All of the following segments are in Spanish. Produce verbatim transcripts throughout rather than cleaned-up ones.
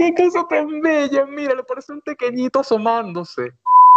qué cosa tan bella, mira, le parece un pequeñito asomándose.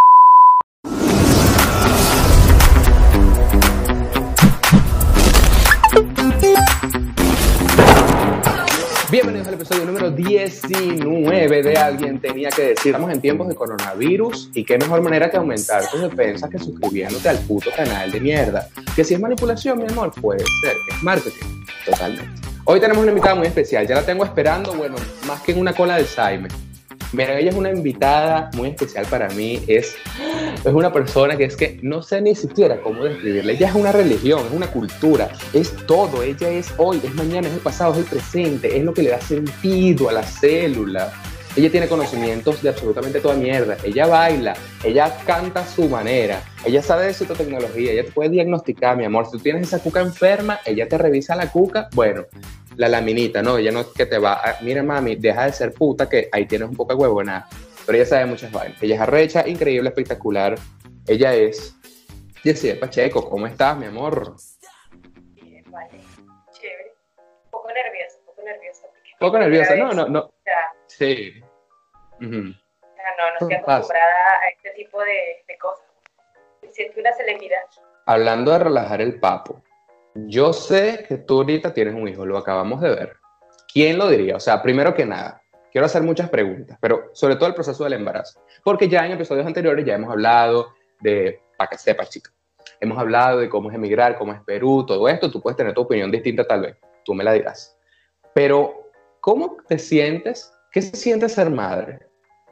Bienvenidos al episodio número diecinueve de Alguien Tenía que Decir. Estamos en tiempos de coronavirus y qué mejor manera que aumentar tus defensas que suscribiéndote al puto canal de mierda. Que si es manipulación, mi amor, puede ser, que es marketing, totalmente. Hoy tenemos una invitada muy especial, ya la tengo esperando, bueno, más que en una cola del Saime. Mira, ella es una invitada muy especial para mí, es, es una persona que es que no sé ni siquiera cómo describirla. Ella es una religión, es una cultura, es todo. Ella es hoy, es mañana, es el pasado, es el presente, es lo que le da sentido a la célula. Ella tiene conocimientos de absolutamente toda mierda, ella baila, ella canta a su manera, ella sabe de citotecnología, ella te puede diagnosticar, mi amor. Si tú tienes esa cuca enferma, ella te revisa la cuca, bueno, la laminita, ¿no? Ella no es que te va a, mira mami, deja de ser puta, que ahí tienes un poco de huevonada. Pero ella sabe muchas vainas. Ella es arrecha, increíble, espectacular. Ella es Yesenia Pacheco. ¿Cómo estás, mi amor? Bien, vale, chévere. Un poco nerviosa, un poco nerviosa. Un poco nerviosa, no, no, no. Ya. Sí. Uh-huh. Ya no, no estoy acostumbrada a este tipo de, de cosas. Me siento una celebridad. Hablando de relajar el papo, yo sé que tú ahorita tienes un hijo, lo acabamos de ver. ¿Quién lo diría? O sea, primero que nada, quiero hacer muchas preguntas, pero sobre todo el proceso del embarazo. Porque ya en episodios anteriores ya hemos hablado de, para que sepas, chica, hemos hablado de cómo es emigrar, cómo es Perú, todo esto. Tú puedes tener tu opinión distinta tal vez, tú me la dirás. Pero, ¿cómo te sientes? ¿Qué se siente ser madre?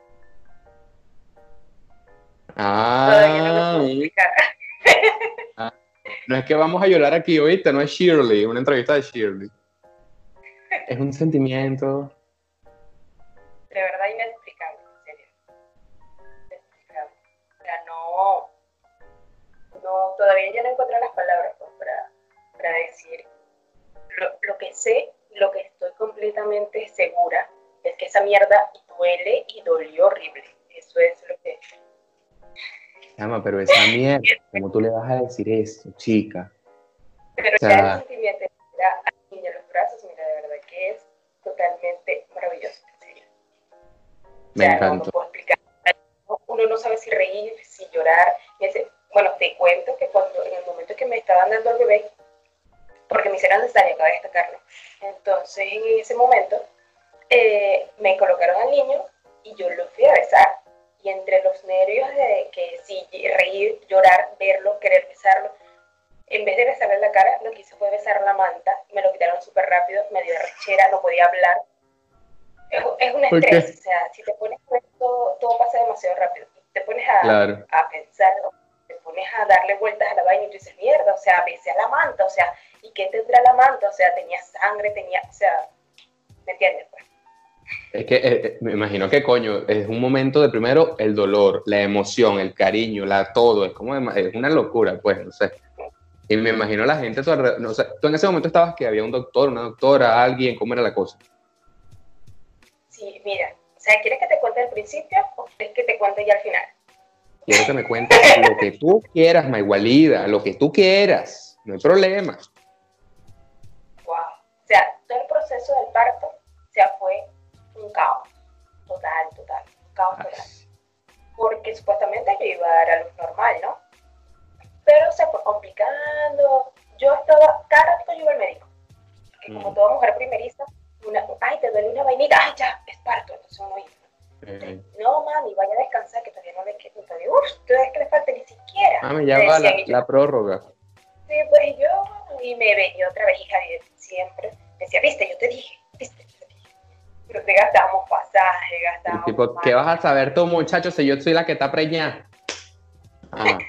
Ah, no, me ah, no es que vamos a llorar aquí, ¿oíste? No es Shirley, una entrevista de Shirley. Es un sentimiento... De verdad inexplicable, en serio. Inexplicable. O sea, no... no todavía yo no encuentro las palabras pues, para, para decir lo, lo que sé, lo que estoy completamente segura es que esa mierda duele y dolió horrible. Eso es lo que... Llama, pero esa mierda, ¿cómo tú le vas a decir eso, chica? Pero o sea, ya el sentimiento de mirar al niño en los brazos, mira, de verdad que es totalmente maravilloso. ¿Sí? Me o sea, encantó. No, no puedo explicar. Uno no sabe si reír, si llorar. Bueno, te cuento que cuando en el momento que me estaban dando al bebé, porque me hicieron cesárea, acabo de destacarlo, entonces en ese momento eh, me colocaron al niño y yo lo fui a besar. Y entre los nervios de que sí, reír, llorar, verlo, querer besarlo, en vez de besarle la cara, lo que hice fue besar la manta, me lo quitaron súper rápido, me dio rechera, no podía hablar. Es, es un estrés, o sea, si te pones a ver, todo, todo pasa demasiado rápido. Te pones a, claro. a pensar, te pones a darle vueltas a la vaina y tú dices, mierda, o sea, besé a la manta, o sea, ¿y qué tendrá la manta? O sea, tenía sangre, tenía, o sea, ¿me entiendes? Pues? Es que eh, me imagino que, coño, es un momento de primero el dolor, la emoción, el cariño, la todo, es como, es una locura, pues, no sé. Y me imagino la gente a tu alrededor, no, o sea, tú en ese momento estabas que había un doctor, una doctora, alguien, ¿cómo era la cosa? Sí, mira, o sea, ¿quieres que te cuente al principio o quieres que te cuente ya al final? Quiero que me cuentes lo que tú quieras, Maigualida, lo que tú quieras, no hay problema. Wow, o sea, todo el proceso del parto, o sea, fue un caos, total, total, un caos total. Porque supuestamente yo iba a dar a luz normal, ¿no? Pero se fue complicando. Yo estaba, cada rato yo iba al médico. Porque como toda mujer primeriza, una, ay, te duele una vainita, ay, ya, es parto, entonces uno iba. Eh. No, mami, vaya a descansar, que todavía no le queda, todavía, uff, todavía que le falta ni siquiera. Mami, ya va la, la prórroga. Sí, pues yo, y me venía otra vez, hija, siempre. Me decía, viste, yo te dije, viste, yo te dije. Pero te gastamos pasaje, gastamos... Tipo, ¿qué vas a saber tú, muchacho, si yo soy la que está preñada? Ah.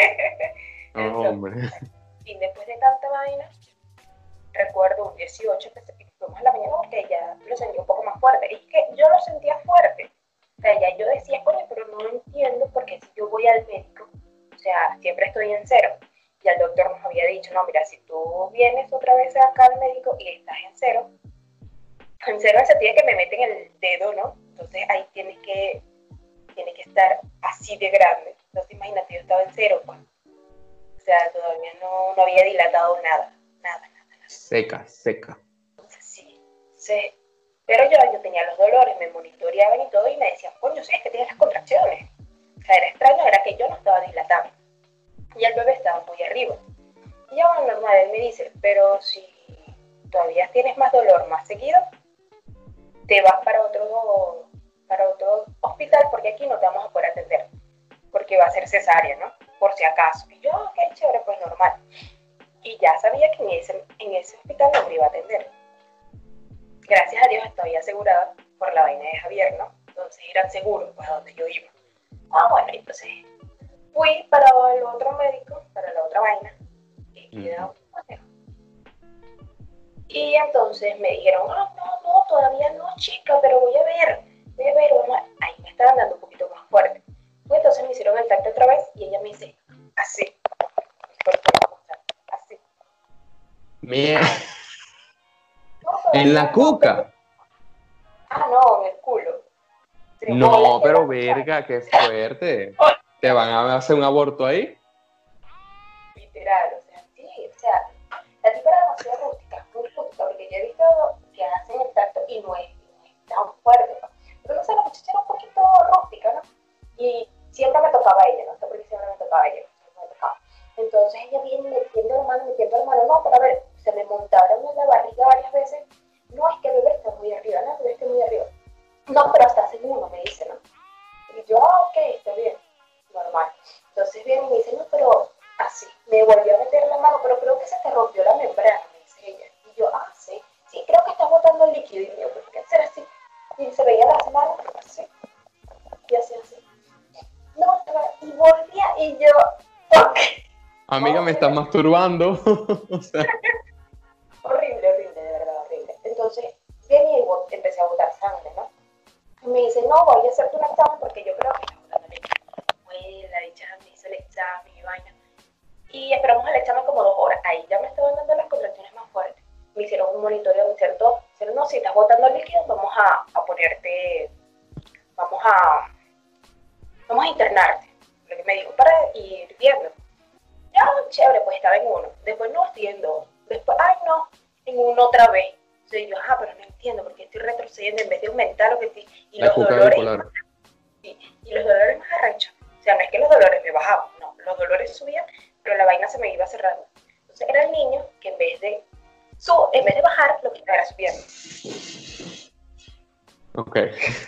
No, hombre. Y después de tanta vaina, recuerdo un dieciocho que fuimos a la mañana porque ya lo sentía un poco más fuerte. Y es que yo lo sentía fuerte. O sea, ya yo decía, coño, pero no lo entiendo porque si yo voy al médico, o sea, siempre estoy en cero. Y el doctor nos había dicho, no, mira, si tú vienes otra vez acá al médico y estás en cero, en cero se tiene que me meten el dedo, ¿no? Entonces ahí tienes que, tiene que estar así de grande. Entonces imagínate, yo estaba en cero, pues. O sea, todavía no, no había dilatado nada, nada, nada, nada. Seca, seca. Entonces sí, se, Pero yo, yo tenía los dolores, me monitoreaban y todo, y me decían, coño, sí, es que tienes las contracciones. O sea, era extraño, era que yo no estaba dilatando. Y el bebé estaba muy arriba. Y ya, bueno, normal, él me dice, pero si todavía tienes más dolor más seguido, te vas para otro, para otro hospital, porque aquí no te vamos a poder atender, porque va a ser cesárea, ¿no? Por si acaso. Y yo, ok, chévere, pues normal. Y ya sabía que en ese, en ese hospital no me iba a atender. Gracias a Dios estoy asegurada por la vaina de Javier, ¿no? Entonces eran seguros, pues, a donde yo iba. Ah, bueno, entonces fui para el otro médico, para la otra vaina, que queda un manejo. Y entonces me dijeron, ah, no, no, todavía no, chica, pero voy a ver, voy a ver, vamos a... Ahí me estaban dando un poquito más fuerte. Pues entonces me hicieron el tacto otra vez y ella me dice, así. Así. Mierda. No, ¿En la cuca? Ah, no, en el culo. Sí, No, pero verga, qué fuerte. ¿Te van a hacer un aborto ahí? Literal, o sea, sí, o sea, la tipa era demasiado rústica, muy rústica, porque yo he visto que hacen el tacto y no es, no es tan fuerte, ¿no? Pero no sé, la muchacha era un poquito rústica, ¿no? Y siempre me tocaba a ella, no sé por qué siempre me tocaba a ella, me tocaba. Entonces ella viene metiendo la mano, metiendo la mano, no, pero a ver, se me montaron en la barriga varias veces, no, es que el bebé está muy arriba, no, el bebé está muy arriba. No, pero hasta hace uno, me dice, ¿no? Y yo, ah, ok, está bien, normal. Entonces viene y me dice, no, pero así, me volvió a meter la mano, pero creo que se te rompió la membrana, me dice ella. Y yo, ah, sí, sí, creo que estás botando el líquido. Y yo, ¿por qué será así? Y se veía las manos así, y así, así. No, y volvía, y yo, ok. Amiga, me estás masturbando. O sea. Horrible, horrible, de verdad, horrible. Entonces, viene y empecé a botar sangre, ¿no? Y me dice, no, voy a hacerte un examen porque yo creo que estás botando líquido. Bueno, la dicha me hizo el examen y vaina. Y esperamos el examen como dos horas. Ahí ya me estaban dando las contracciones más fuertes. Me hicieron un monitoreo, me hicieron todo. Me dijeron, no, si estás botando líquido, vamos a, a ponerte, vamos a, vamos a internarte. Lo que me dijo, para ir viendo. Ya, chévere, pues estaba en uno. Después, no, estoy en dos. Después, ay, no, en uno otra vez. Entonces yo, ah, pero no entiendo, porque estoy retrocediendo en vez de aumentar lo que estoy. Y la los cuca dolores. bipolar. Y, y los dolores más arrechos. O sea, no es que los dolores me bajaban, no, los dolores subían, pero la vaina se me iba cerrando. Entonces era el niño que en vez de su, en vez de bajar, lo que estaba era subiendo. Ok.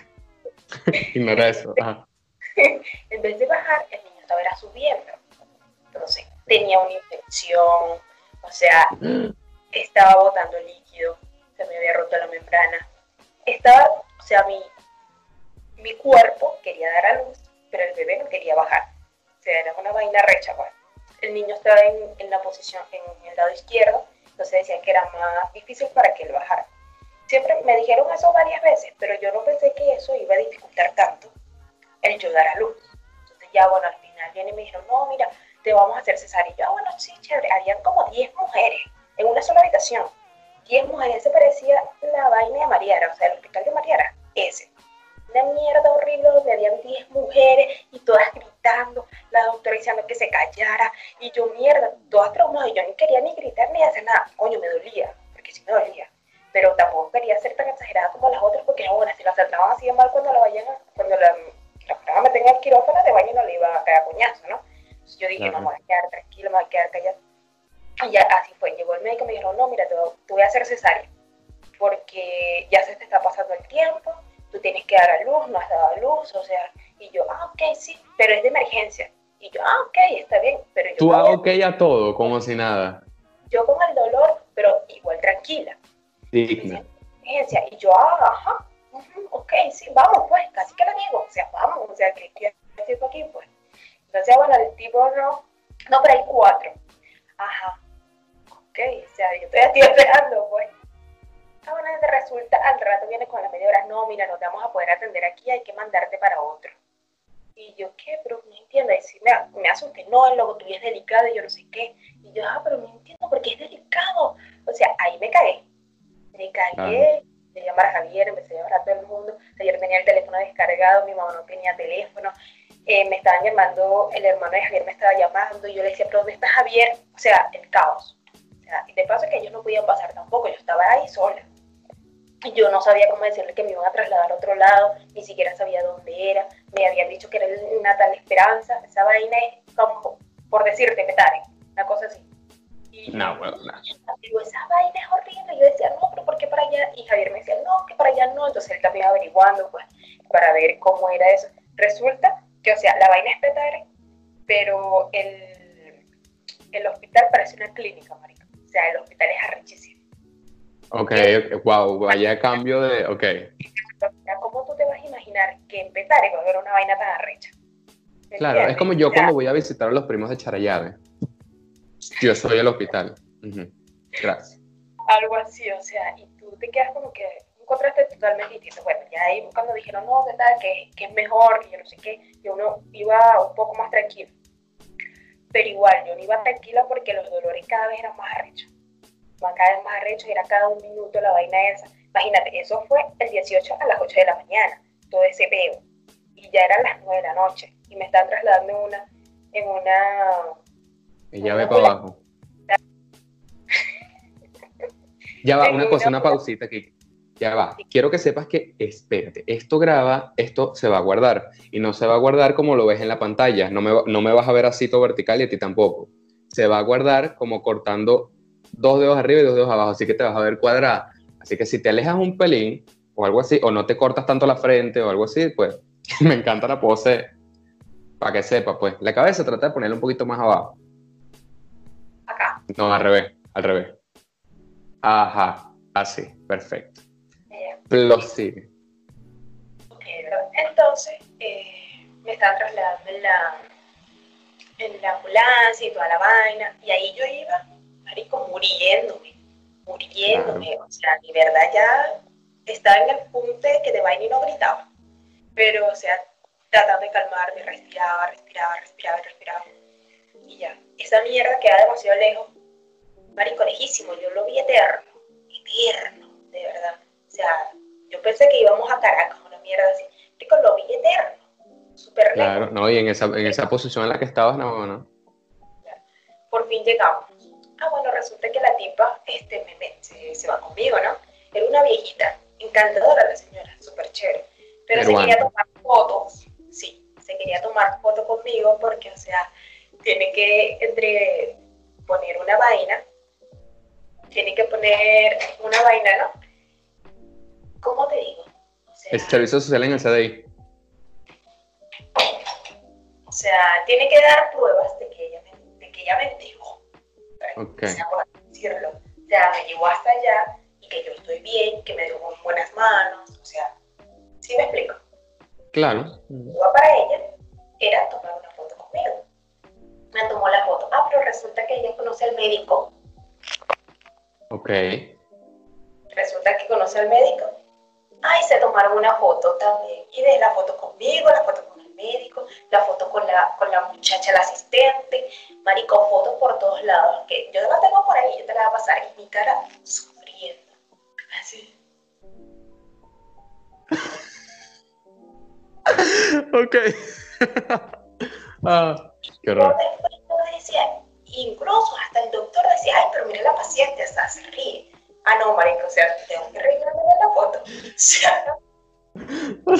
Ignora eso. Ajá. En vez de bajar, el niño estaba era subiendo. Entonces tenía una infección, o sea, estaba botando líquido, se me había roto la membrana. Estaba, o sea, mi, mi cuerpo quería dar a luz, pero el bebé no quería bajar. O sea, era una vaina recha, pues. El niño estaba en, en la posición, en el lado izquierdo, entonces decían que era más difícil para que él bajara. Siempre me dijeron eso varias veces, pero yo no pensé que eso iba a dificultar tanto el yo dar a luz. Entonces ya, bueno, al final vienen y me dijeron, no, mira, te vamos a hacer cesárea. Y yo, ah, bueno, sí, chévere. Habían como diez mujeres en una sola habitación. diez mujeres, se parecía la vaina de Mariara, o sea, el hospital de Mariara, ese. Una mierda horrible donde habían diez mujeres y todas gritando, la doctora diciendo que se callara, y yo, mierda, todas traumadas, y yo ni quería ni gritar ni hacer nada. Coño, me dolía, porque sí me dolía, pero tampoco quería ser tan exagerada como las otras, porque bueno, si la trataban así de mal cuando la vayan a, cuando la, la fueran a meter en el quirófano, de baño no le iba a caer a coñazo, ¿no? Entonces yo dije, claro, no, me voy a quedar tranquila, me voy a quedar callada. Y ya así fue, llegó el médico y me dijo, no, mira, te, te voy a hacer cesárea, porque ya se te está pasando el tiempo, tú tienes que dar a luz, no has dado a luz, o sea, y yo, ah, ok, sí, pero es de emergencia. Y yo, ah, ok, está bien, pero yo... Tú ah, ok a todo, como si nada. Yo con el dolor, pero igual tranquila. Digna. Emergencia, y yo, ah, ajá, uh-huh, ok, sí, vamos, pues, casi que lo digo, o sea, vamos, o sea, que estoy haciendo aquí, pues. Entonces, bueno, el tipo no, no, pero hay cuatro. Ajá, ok, o sea, yo estoy aquí esperando, pues. Ah, bueno, resulta, al rato viene con las media hora, no, mira, no te vamos a poder atender aquí, hay que mandarte para otro. Y yo, ¿qué? Pero no entiendo, y si me, me asusté, no, el logo tuyo es delicado, y yo no sé qué. Y yo, ah, pero no entiendo por qué es delicado. O sea, ahí me cagué, me cagué, empecé a llamar a Javier, empecé a llamar a todo el mundo. Ayer tenía el teléfono descargado, mi mamá no tenía teléfono, eh, me estaban llamando, el hermano de Javier me estaba llamando, y yo le decía, ¿pero dónde está Javier? O sea, el caos. O sea, y de paso que ellos no podían pasar tampoco, yo estaba ahí sola. Yo no sabía cómo decirle que me iban a trasladar a otro lado, ni siquiera sabía dónde era. Me habían dicho que era una tal Esperanza. Esa vaina es como, por decirte, Petare, una cosa así. Y No, bueno, no. digo, esa vaina es horrible. Y yo decía, no, pero ¿por qué para allá? Y Javier me decía, no, que para allá no. Entonces él también averiguando, pues, para ver cómo era eso. Resulta que, o sea, la vaina es Petare, pero el, el hospital parece una clínica, marica. O sea, el hospital es arrechísimo. Ok, okay, wow, vaya cambio de, ok. ¿Cómo tú te vas a imaginar que en Petare va a haber una vaina tan arrecha? Claro, es como yo cuando voy a visitar a los primos de Charallave. Yo soy el hospital. Uh-huh. Gracias. Algo así, o sea, y tú te quedas como que un contraste totalmente distinto. Bueno, ya ahí cuando dijeron, no, ¿qué tal? Que, que es mejor, que yo no sé qué, yo uno iba un poco más tranquilo. Pero igual, yo no iba tranquila porque los dolores cada vez eran más arrechos. Cada vez más arrechos, era cada un minuto la vaina esa. Imagínate, eso fue el dieciocho a las ocho de la mañana, todo ese peo. Y ya eran las nueve de la noche. Y me están trasladando en una... En una y ya ve para abajo. Ya va, una cosa, una pausita aquí. Ya va. Quiero que sepas que, espérate, esto graba, esto se va a guardar. Y no se va a guardar como lo ves en la pantalla. No me, no me vas a ver así todo vertical y a ti tampoco. Se va a guardar como cortando dos dedos arriba y dos dedos abajo. Así que te vas a ver cuadrada. Así que si te alejas un pelín o algo así, o no te cortas tanto la frente o algo así, pues me encanta la pose. Para que sepa, pues. La cabeza trata de ponerla un poquito más abajo. Acá. No, al revés, al revés. Ajá, así, perfecto. Lo sigue. Entonces, eh, me estaban trasladando en la, en la ambulancia y toda la vaina, y ahí yo iba, marico, muriéndome, muriéndome, claro. O sea, de verdad ya estaba en el punto de que de vaina y no gritaba, pero, o sea, tratando de calmarme, respiraba, respiraba, respiraba, respiraba, y ya, esa mierda queda demasiado lejos, marico, lejísimo, yo lo vi eterno, eterno, de verdad, o sea, yo pensé que íbamos a Caracas, una mierda así, marico, lo vi eterno, súper lejos. Claro, no, y en esa, en esa posición en la que estabas, no, no. Claro. Por fin llegamos. Ah, bueno, resulta que la tipa este, me, me, se, se va conmigo, ¿no? Era una viejita, encantadora la señora, súper chévere, pero Peruana. Se quería tomar fotos, sí, se quería tomar fotos conmigo porque, o sea, tiene que entre poner una vaina, tiene que poner una vaina, ¿no? ¿Cómo te digo? O sea, el servicio social en el C D I. O sea, tiene que dar pruebas de que ella me, de que ella me entregó. Okay. O sea, por decirlo. O sea, me llevó hasta allá y que yo estoy bien, que me dejó en buenas manos. O sea, ¿sí me explico? Claro. Yo para ella era tomar una foto conmigo. Me tomó la foto. Ah, pero resulta que ella conoce al médico. Ok. Resulta que conoce al médico. Ay, se tomaron una foto también. Y de la foto conmigo, la foto con el médico, la foto con la, con la muchacha, la asistente. Marico, fotos por todos lados. Que yo la tengo por ahí, yo te la voy a pasar. Y mi cara sufriendo. Así. Ok. Ah, qué horror. Yo decía, incluso hasta el doctor decía, ay, pero mira la paciente, hasta se ríe. Ah, no, marico, o sea, tengo que reírme de la foto. O sea, bueno,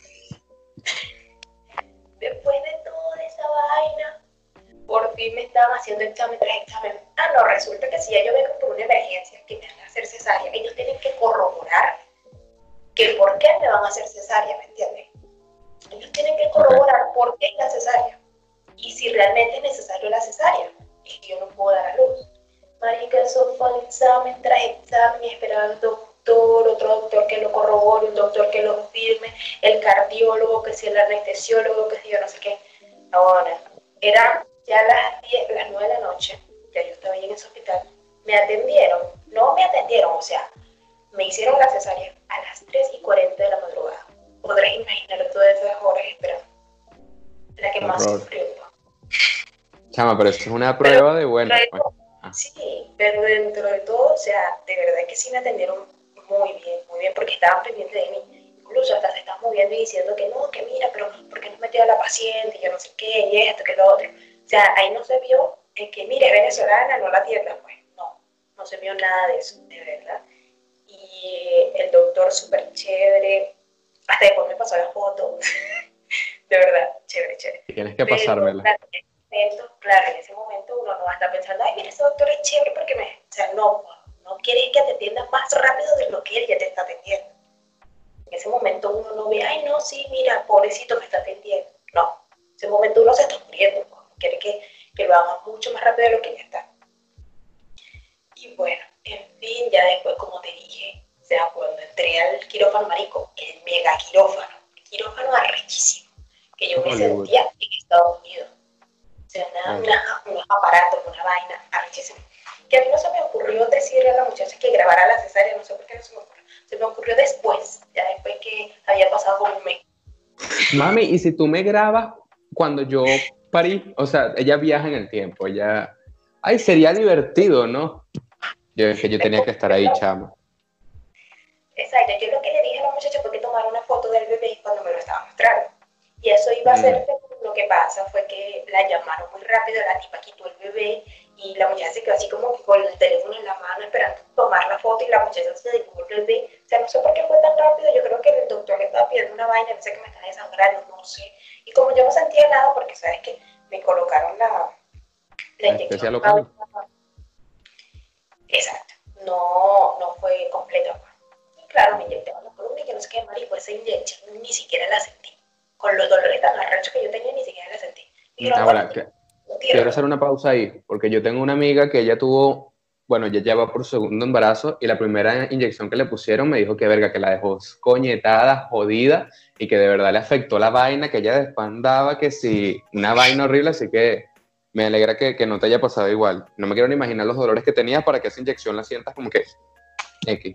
después de toda esa vaina, por fin me estaban haciendo examen tras examen. Ah, no, resulta que si ya yo vengo por una emergencia, que me van a hacer cesárea, ellos tienen que corroborar que por qué me van a hacer cesárea, ¿me entiendes? Ellos tienen que corroborar okay. por qué es la cesárea. Y si realmente es necesario la cesárea, es que yo no puedo dar a luz. Marica, eso fue un examen tras examen, esperaba al doctor, otro doctor que lo corrobore, un doctor que lo firme, el cardiólogo, que si el anestesiólogo, que si yo no sé qué. Ahora, eran ya las diez, las nueve de la noche, ya yo estaba ahí en ese hospital, me atendieron, no me atendieron, o sea, me hicieron la cesárea a las tres y cuarenta de la madrugada. Podrás imaginar todas esas horas esperando. La que más sufrió. Chama, pero eso es una prueba pero, de bueno. Pues. Ah. Sí, pero dentro de todo, o sea, de verdad que sí me atendieron muy bien, muy bien, porque estaban pendientes de mí. Incluso hasta se estaban moviendo y diciendo que no, que mira, pero ¿por qué no metió a la paciente? Y yo no sé qué, y esto, que lo otro. O sea, ahí no se vio en que, mire, venezolana, no la atiendan, pues. No, no se vio nada de eso, de verdad. y el doctor súper chévere, hasta después me pasó la foto, de verdad, chévere, chévere. Tienes que Pero, pasármela. claro, en ese momento, claro, en ese momento uno no va a estar pensando, ay, mira, ese doctor es chévere porque me... O sea, no, no quieres que te atiendas más rápido de lo que él ya te está atendiendo. En ese momento uno no ve, ay, no, sí, mira, pobrecito me está atendiendo. No, en ese momento uno se está muriendo, ¿no? Quiere que, que lo haga mucho más rápido de lo que ya está. Y bueno, en fin, ya después, como te dije, o sea, cuando entré al quirófano, marico, el mega quirófano, el quirófano arrechísimo, que yo me Hollywood. sentía en Estados Unidos. O sea, una, Oh. una, unos aparatos, una vaina arrechísima. Que a mí no se me ocurrió decirle a la muchacha que grabara la cesárea, no sé por qué no se me ocurrió. Se me ocurrió después, ya después que había pasado como un mes. Mami, y si tú me grabas cuando yo parí, o sea, ella viaja en el tiempo, ella... Ay, sería divertido, ¿no? Yo es que yo tenía que estar ahí, chamo. Exacto, yo lo que le dije a la muchacha fue que tomara una foto del bebé cuando me lo estaba mostrando. Y eso iba a ser, mm. lo que pasa fue que la llamaron muy rápido, la tipa quitó el bebé y la muchacha se quedó así como que con el teléfono en la mano esperando tomar la foto y la muchacha se dibujó el bebé. O sea, no sé por qué fue tan rápido, yo creo que el doctor le estaba pidiendo una vaina, no sé que me estaba desangrando, no sé. Y como yo no sentía nada, porque sabes que me colocaron la, la inyección. Local. Exacto, no, no fue completa. Y claro, me inyectaban la columna y que no sé qué, marico, esa inyección ni siquiera la sentí. Con los dolores tan arrechos que yo tenía, ni siquiera la sentí. Y Ahora, que, quiero hacer una pausa ahí, porque yo tengo una amiga que ella tuvo, bueno, ella ya va por segundo embarazo y la primera inyección que le pusieron me dijo que verga, que la dejó coñetada, jodida y que de verdad le afectó la vaina, que ella después andaba que sí, una vaina horrible, así que me alegra que, que no te haya pasado igual. No me quiero ni imaginar los dolores que tenías para que esa inyección la sientas como que X.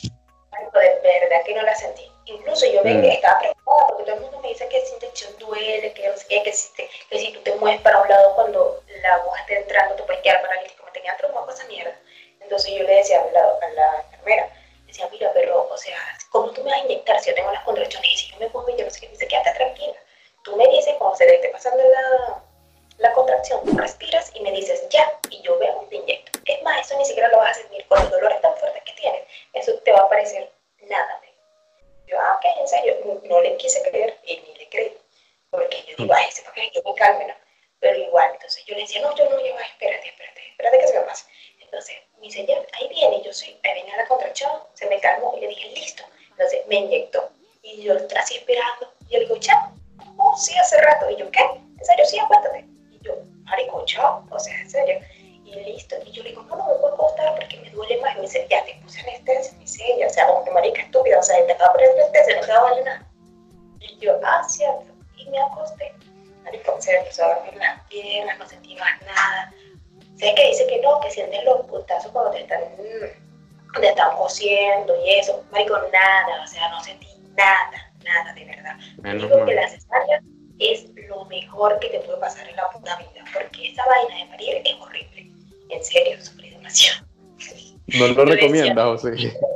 De verdad que no la sentí. Incluso yo me mm. estaba preocupada porque todo el mundo me dice que esa inyección duele, que, que, que, si te, que si tú te mueves para un lado cuando la aguja esté entrando te puedes quedar paralítico. Me tenía traumado con esa mierda. Entonces yo le decía a la, a la enfermera, decía, mira, pero, o sea, ¿cómo tú me vas a inyectar si yo tengo las contracciones y si yo me muevo y yo no sé qué? Dice, quédate tranquila. Tú me dices, cuando se te esté pasando la, la contracción, tú respiras y me dices, ya, y yo veo y te inyecto. Es más, eso ni siquiera lo vas a sentir con los dolores tan fuertes que tienes. Eso te va a parecer nada. Yo, ah, ok, en serio, no, no le quise creer y ni le creí. Porque yo digo, ay, ese papel, yo me calme, ¿no? Pero igual, entonces yo le decía, no, yo no, yo, espérate, espérate, espérate que se me pase. Entonces, me dice, ya, ahí viene, y yo soy, ahí viene la contracción, se me calmó, y le dije, listo. Entonces, me inyectó, y yo así esperando, y yo le digo, chao, oh, sí, hace rato, y yo, ¿qué? En serio, sí, aguántate. Y yo, marico, chao, o sea, en serio. Y listo, y yo le digo, no, no me puedo acostar porque me duele más. Y me dice, ya te puse anestesia, me dice ella, o sea, como que marica estúpida, o sea, te acabo de poner anestesia, no te va a valer nada. Y yo, ah, cierto, y me acosté. Marica, se me empezó a dormir las piernas, no sentí más nada. Sé que dice que no, que sientes los putazos cuando te están, te están cosiendo y eso. Marico, nada, o sea, no sentí nada, nada, de verdad. Yo digo mal. Que la cesárea es lo mejor que te puede pasar en la puta vida, porque esa vaina de parir es horrible. En serio, sufrí demasiado. ¿No lo recomiendas, José?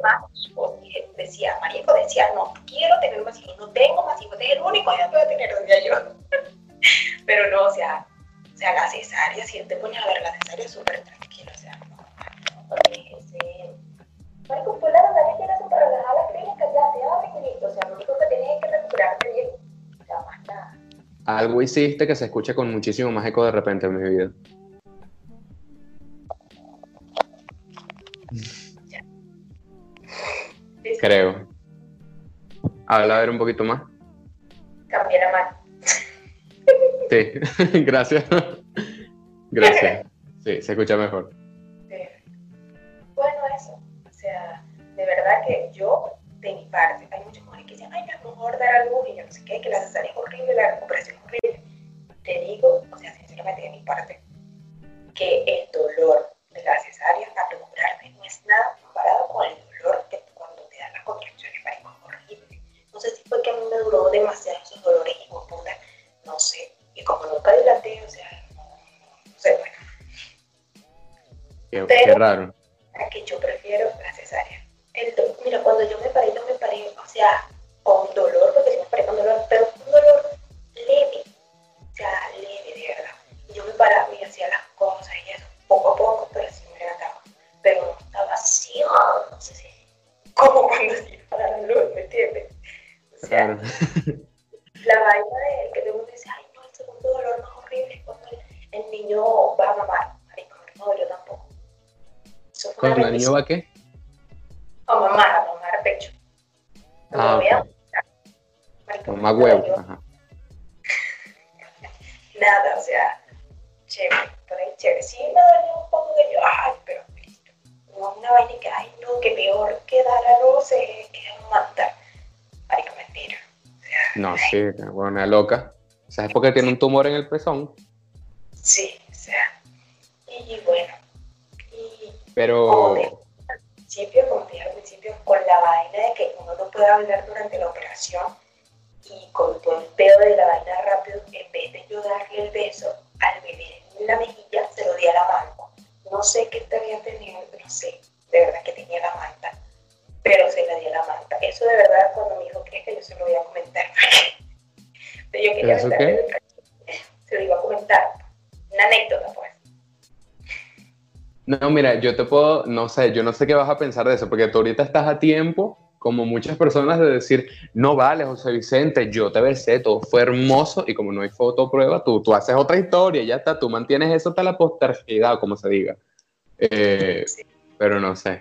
Decía, Marico decía, no quiero tener más hijos, no tengo más hijos, es el único que puedo tener, decía yo. Pero no, o sea, o sea, la cesárea, si te pones a ver la cesárea es súper tranquila, o sea, no, porque ese... Marico, pues la verdad que tienes para relajar las clínicas, ya te da tranquilito, o sea, lo único que tienes es que recuperarte bien, o sea, más nada. Algo hiciste que se escuche con muchísimo más eco de repente en mi vida. Creo. Habla a ver un poquito más. Cambié la mano. Sí, gracias. Gracias. Sí, se escucha mejor. Sí. Bueno, eso. O sea, de verdad que yo, de mi parte, hay muchas mujeres que dicen, ay, no, mejor dar a luz y yo no sé qué, que la cesárea es horrible, la recuperación es horrible. Te digo, o sea, sinceramente de mi parte, que el dolor de la cesárea al recuperarte no es nada comparado con el dolor que cuando te dan las contracciones, marico, es horrible. No sé si fue que a mí me duró demasiado esos dolores y con puta, no sé. Y como nunca dilaté, o sea, no, no sé, bueno. Qué, Pero, qué raro. A que yo prefiero la cesárea. El do- Mira, cuando yo me paré, no me paré, o sea, con dolor, porque si me paré con dolor, pero un dolor leve, o sea, leve, de verdad. Y yo me paraba y hacía las cosas y eso, poco a poco, pero sí me levantaba. Pero no estaba así, oh, no sé si Ajá. La vaina de que todo el mundo dice, ay, no, el segundo dolor más horrible es cuando el, el niño va a mamar. Marico, no me dolió tampoco. Eso fue una ¿Cuando el niño bendición. va qué? A mamar, a mamar pecho. No Ah, me voy a ok. Marico, Mamá no me huevo. dolió Ajá. nada, o sea, chévere, por ahí chévere. Sí me dolió un poco que yo, ay, pero listo. No una vaina que, ay, no, que peor que dar a luz es que matar. Marico, mentira. No, sí, bueno, una loca. ¿Sabes por qué tiene un tumor en el pezón? Sí, o sea, y bueno, y Pero... como te dije al principio, como te dije al principio, con la vaina de que uno no puede hablar durante la operación y con todo el pedo de la vaina rápido, en vez de yo darle el beso al bebé en la mejilla, se lo di a la manta. No sé qué te había tenido, no sé, de verdad que tenía la manta, pero se la di a la manta. Eso de verdad, cuando mi hijo crezca, yo se lo voy a comentar. Yo quería ¿Eso meterle qué? el cachete, se lo iba a comentar. Una anécdota, pues. No, mira, yo te puedo, no sé, yo no sé qué vas a pensar de eso, porque tú ahorita estás a tiempo, como muchas personas, de decir, no vale, José Vicente, yo te besé, todo fue hermoso, y como no hay foto prueba, tú, tú haces otra historia, ya está, tú mantienes eso hasta la posteridad, como se diga. Eh, Sí. pero no sé.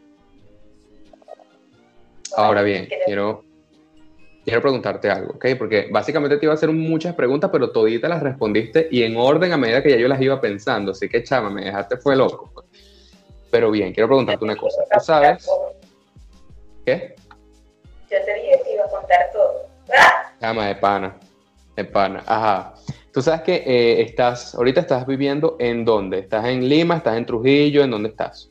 Ahora bien, Creo- quiero, quiero preguntarte algo, ¿ok? Porque básicamente te iba a hacer muchas preguntas, pero toditas las respondiste y en orden a medida que ya yo las iba pensando, así que chama, me dejaste fue loco. Pues. Pero bien, quiero preguntarte una cosa. ¿Tú sabes qué? Yo te dije que iba a contar todo. ¡Ah! Chama, de pana, de pana, ajá. Tú sabes que eh, estás, ahorita estás viviendo ¿en dónde? ¿Estás en Lima? ¿Estás en Trujillo? ¿En dónde estás?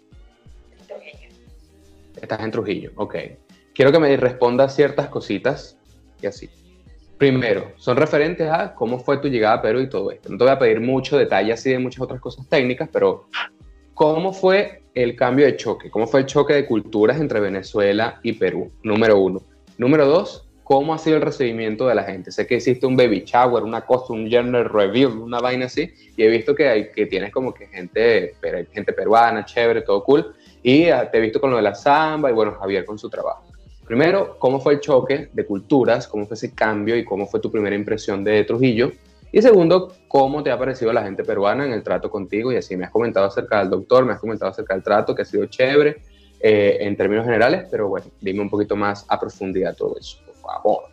Estás en Trujillo, ok. Quiero que me respondas ciertas cositas y así. Primero, son referentes a cómo fue tu llegada a Perú y todo esto. No te voy a pedir mucho detalle así de muchas otras cosas técnicas, pero ¿cómo fue el cambio de choque? ¿Cómo fue el choque de culturas entre Venezuela y Perú? Número uno. Número dos, ¿cómo ha sido el recibimiento de la gente? Sé que hiciste un baby shower, una cosa, un gender reveal, una vaina así, y he visto que, hay, que tienes como que gente, gente peruana, chévere, todo cool, y te he visto con lo de la samba, y bueno, Javier con su trabajo. Primero, ¿cómo fue el choque de culturas? ¿Cómo fue ese cambio y cómo fue tu primera impresión de Trujillo? Y segundo, ¿cómo te ha parecido la gente peruana en el trato contigo? Y así me has comentado acerca del doctor, me has comentado acerca del trato, que ha sido chévere eh, en términos generales, pero bueno, dime un poquito más a profundidad todo eso, por favor.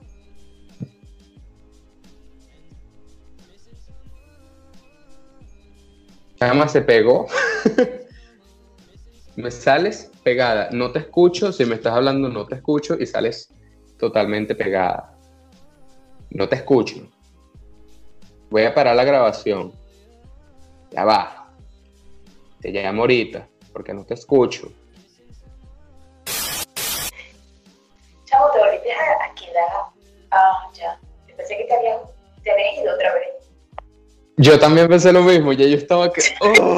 Chama se pegó. Me sales pegada, no te escucho, si me estás hablando no te escucho y sales totalmente pegada. No te escucho. Voy a parar la grabación. Ya va. Te llamo ahorita porque no te escucho. Chavo, te volviste a, a quedar. Ah, ya. Yo pensé que te habías, te habías ido otra vez. Yo también pensé lo mismo, ya yo estaba que... ¡Oh!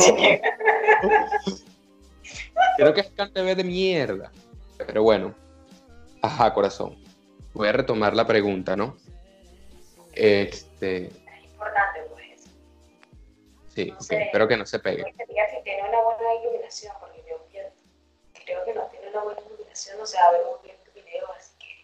Creo que es que te ve de mierda. Pero bueno. Ajá, corazón. Voy a retomar la pregunta, ¿no? Este... Es importante, pues. Sí, No sí, sé, espero que no se pegue. que diga si tiene una buena iluminación, porque yo, yo creo que no tiene una buena iluminación, no se va a ver muy bien tu video, así que...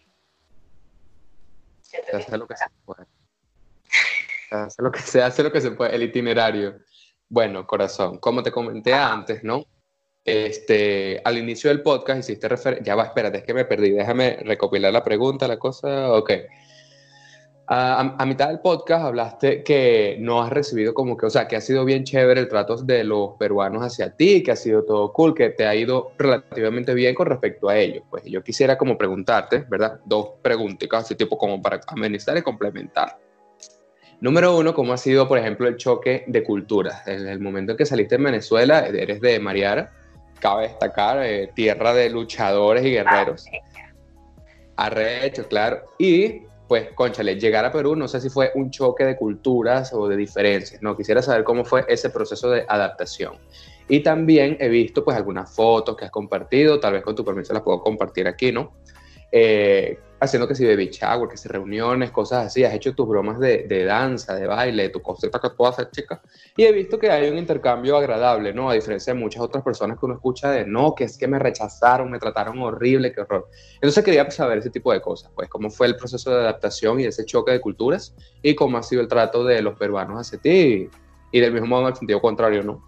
Se hace lo que se puede. Se hace lo que se hace lo que se puede, el itinerario. Bueno, corazón, como te comenté antes, ¿no? Este, al inicio del podcast hiciste referencia... Ya va, espérate, es que me perdí. Déjame recopilar la pregunta, la cosa. Ok. A, a, a mitad del podcast hablaste que no has recibido como que, o sea, que ha sido bien chévere el trato de los peruanos hacia ti, que ha sido todo cool, que te ha ido relativamente bien con respecto a ellos. Pues yo quisiera como preguntarte, ¿verdad? Dos preguntitas, así tipo como para amenizar y complementar. Número uno, ¿cómo ha sido, por ejemplo, el choque de culturas? Desde el momento en que saliste en Venezuela, eres de Mariara, cabe destacar, eh, tierra de luchadores y guerreros. Arrecho, claro. Y, pues, cónchale, llegar a Perú, no sé si fue un choque de culturas o de diferencias, no, quisiera saber cómo fue ese proceso de adaptación. Y también he visto, pues, algunas fotos que has compartido, tal vez con tu permiso las puedo compartir aquí, ¿no? eh, haciendo que si baby shower, que si reuniones, cosas así, has hecho tus bromas de, de danza, de baile, de tu cosita que tú haces, chica, y he visto que hay un intercambio agradable, ¿no? A diferencia de muchas otras personas que uno escucha de, no, que es que me rechazaron, me trataron horrible, qué horror. Entonces quería saber ese tipo de cosas, pues, cómo fue el proceso de adaptación y ese choque de culturas, y cómo ha sido el trato de los peruanos hacia ti, y del mismo modo en el sentido contrario, ¿no?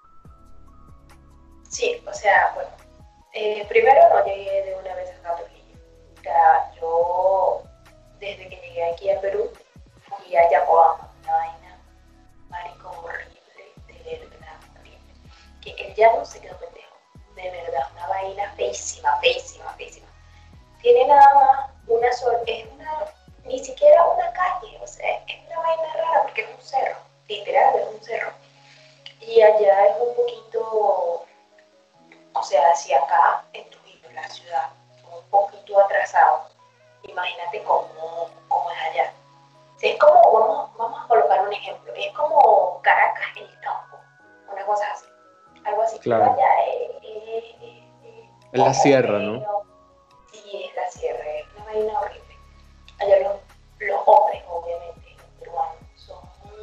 Sí, o sea, bueno, eh, primero no llegué de una vez a Trujillo. O sea, yo desde que llegué aquí a Perú fui a Yacoama, una vaina, marico, horrible, de verdad, horrible. Que el llano se quedó pendejo, de verdad, una vaina feísima, feísima, feísima. Tiene nada más una sola, es una, ni siquiera una calle, o sea, es una vaina rara porque es un cerro, literal, es un cerro. Y allá es un poquito, o sea, hacia acá, en Trujillo, la ciudad, un poquito atrasado. Imagínate cómo, cómo es allá. O sea, es como, vamos, vamos a colocar un ejemplo, es como Caracas en el campo, una cosa así, algo así. Claro. Pero allá es, es, es, es, Es la sierra, ¿no? Sí, es la sierra, es una vaina horrible. Allá los, los hombres, obviamente, los peruanos, son,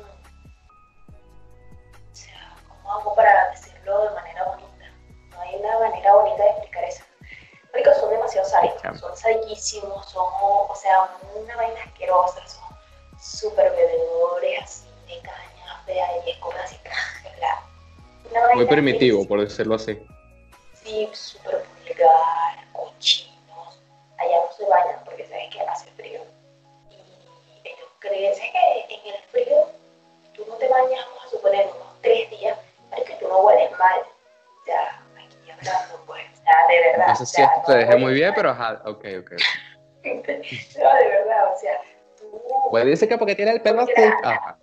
o sea, ¿cómo hago para decirlo de manera bonita? No hay una manera bonita de explicar eso. Porque son demasiado sádicos, son sadiquísimos, son, o sea, una vaina asquerosa, son súper bebedores, así, de cañas, de aire, cosas así, bla. Una vaina Muy primitivo, que, por decirlo así. sí, súper vulgar, cochinos. Allá no se bañan porque sabes que hace frío. Y ellos creen, ¿sabes que en el frío tú no te bañas, vamos a suponer, unos tres días, para que tú no hueles mal? O sea, aquí hablando, pues, o sea, de verdad. No sé o si sea, esto te no deje muy hueles bien, mal. pero ajá, ok, ok. No, de verdad, o sea, tú... Pues dice que porque tiene el pelo así. Ajá.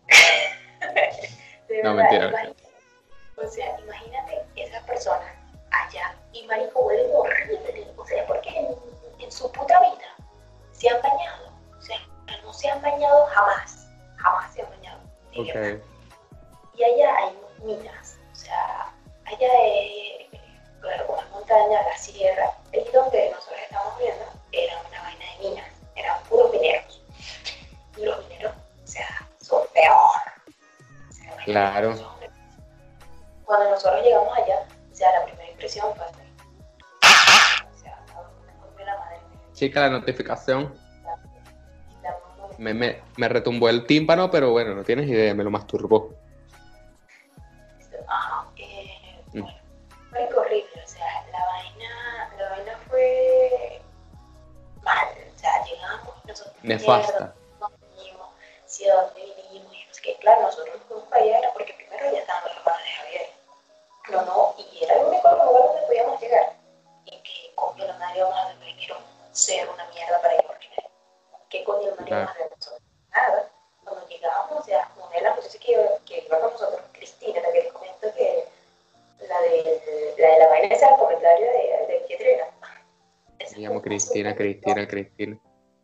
De No, verdad, mentira. imagínate, o sea, imagínate esas personas allá y marico huelen horrible, o sea, porque en, en su puta vida se han bañado, o sea, no se han bañado jamás, jamás se han bañado, de Ok. verdad. Y allá hay minas, o sea, allá es, claro, como es montaña, la sierra, ahí donde nosotros estamos viendo, era una vaina de minas, eran puros mineros. Y los mineros, o sea, son peor. O sea, imagínate Claro. cuántos hombres. Cuando nosotros llegamos allá, o sea, la primera impresión fue así. O sea, me comió la madre. Chica, la notificación La, la mamá me, me, me retumbó el tímpano, pero bueno, no tienes idea, me lo masturbó. Ajá, eh, Mm. bueno, fue horrible, o sea, la vaina, la vaina fue mal, o sea, llegamos y nosotros, Nefasta. mierda, ¿dónde vinimos? ¿Sí, a dónde vinimos? Y no sé qué, claro, nosotros nos fuimos para allá era porque primero ya estaban los hermanos de Javier, no, no, y era el único lugar donde podíamos llegar, y que coño la madre vamos a hacer, que era un ser, una mierda para ir a orinar, ¿qué coño la madre Claro. vamos a hacer nosotros? Nada, cuando llegamos, o sea, una de las muchachas que, que iba con nosotros, Cristina, la que les comento que la de la, de la vaina esa del comentario de, de Pietrena. Me llamo Cristina, Cristina, Cristina.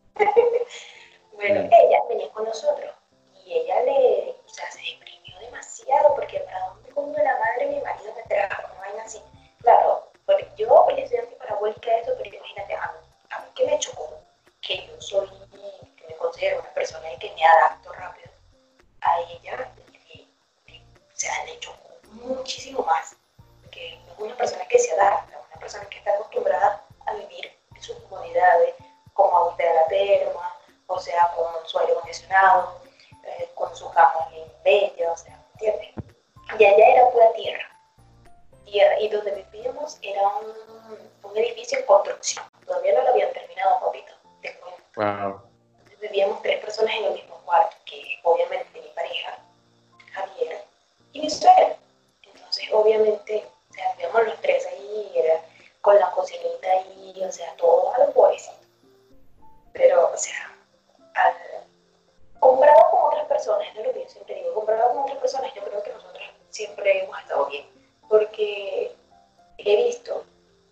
Bueno, Mm. ella venía con nosotros y ella le, o sea, se deprimió demasiado porque para dónde coño la madre de mi marido me trajo una vaina así. Claro, porque yo le soy antiparabólica a eso, pero imagínate, a mí, a mí que me chocó, que yo soy, que me considero una persona que me adapto rápido, a ella le, le, o sea, le chocó muchísimo más, porque no es una persona que se adapta, una persona que está acostumbrada a vivir en sus comodidades, como agüita de la terma, o sea, con su aire acondicionado, eh, con su cama bien bella, o sea, ¿entiendes? Y allá era pura tierra, tierra, y donde vivíamos era un, un edificio en construcción, todavía no lo habían terminado, papito, te cuento. Wow. Entonces vivíamos tres personas en el mismo cuarto, que obviamente mi pareja, Javier, y mi suegra. Entonces, obviamente, o sea, vivíamos los tres ahí, era con la cocinita ahí, o sea, todo a lo pobrecito. Pero, o sea, al, comparado con otras personas, es lo que yo siempre digo, comparado con otras personas, yo creo que nosotros siempre hemos estado bien, porque he visto,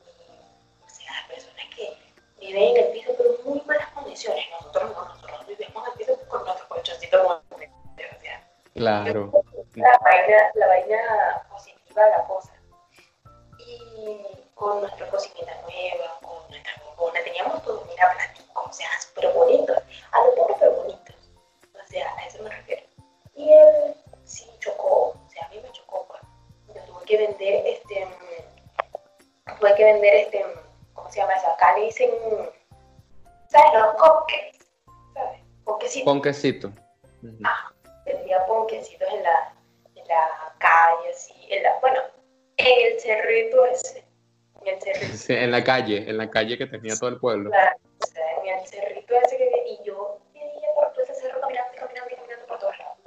o sea, personas que viven en el piso, pero en muy malas condiciones. Nosotros no, nosotros vivimos en el piso con nuestro colchoncito, o sea, Claro. la vaina, la vaina positiva de la cosa. Y con nuestra cocinita nueva, con nuestra bombona, teníamos teníamos todo, mira, plástico, o sea, súper bonitos, a lo pobre pero bonitos, o sea, a eso me refiero. Y él sí chocó, o sea, a mí me chocó, pues. Yo tuve que vender, este, tuve que vender, este, ¿cómo se llama eso? Acá le dicen, ¿sabes? Los cupcakes, ¿sabes? Ponquecitos. Ponquecito. Uh-huh. Ah, vendía ponquecitos en la, en la calle, así, en la, bueno, en el cerrito ese, en el cerrito. Sí, en la calle, en la calle que tenía todo el pueblo. Claro, o sea, en el cerrito ese que, y yo vivía por todo ese cerro caminando, caminando, caminando por todos lados.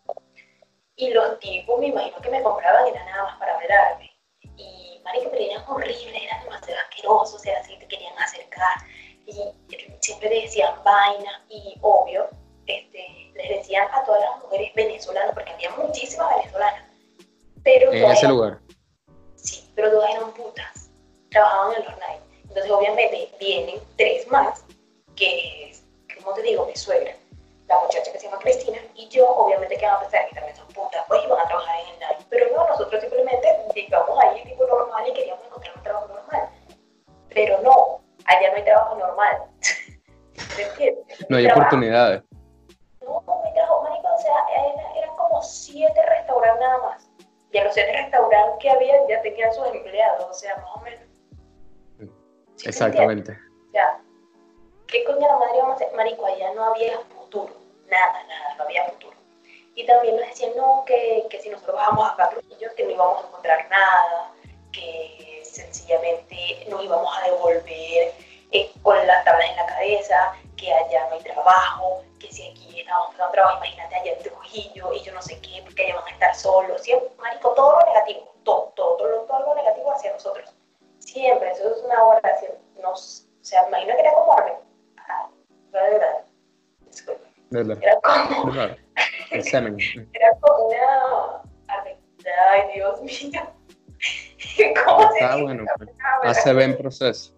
Y los tipos, me imagino que me compraban, era nada más para velarme. Y, marico, pero eran horribles, eran demasiado asquerosos, o sea, así te querían acercar. Y siempre le decían vainas, y obvio, este, les decían a todas las mujeres venezolanas, porque había muchísimas venezolanas. Pero en ese eran, lugar. Sí, pero todas eran putas, trabajaban en los nights. Entonces, obviamente, vienen tres más, que es, como te digo, mi suegra, la muchacha que se llama Cristina, y yo, obviamente, que van a pensar que también son putas, pues, y van a trabajar en el night. Pero no, nosotros simplemente llegamos ahí tipo normal y queríamos encontrar un trabajo normal. Pero no, allá no hay trabajo normal. ¿Me entiendes? No hay trabajo. oportunidades. No, no hay trabajo, marico, o sea, eran, eran como siete restaurantes nada más. Y a los siete restaurantes que había ya tenían sus empleados, o sea, más o menos. ¿Sí? Exactamente. O sea, ¿qué coño la madre vamos a hacer? Marico, allá no había futuro, nada, nada, no había futuro. Y también nos decían, no, que, que si nosotros bajamos acá a Trujillo, que no íbamos a encontrar nada, que sencillamente nos íbamos a devolver eh, con las tablas en la cabeza, que allá no hay trabajo, que si aquí estamos buscando trabajo, imagínate allá en Trujillo, y yo no sé qué, porque allá van a estar solos, siempre, marico, todo lo negativo, todo, todo, todo, todo lo negativo hacia nosotros. Siempre, eso es una oración, nos, o sea, imagino que era como arre, ah, de verdad, disculpe, era como, ¿verdad? El semen. era como una arre, ay, Dios mío, ¿cómo se Está dice? bueno, pues. A C B en proceso.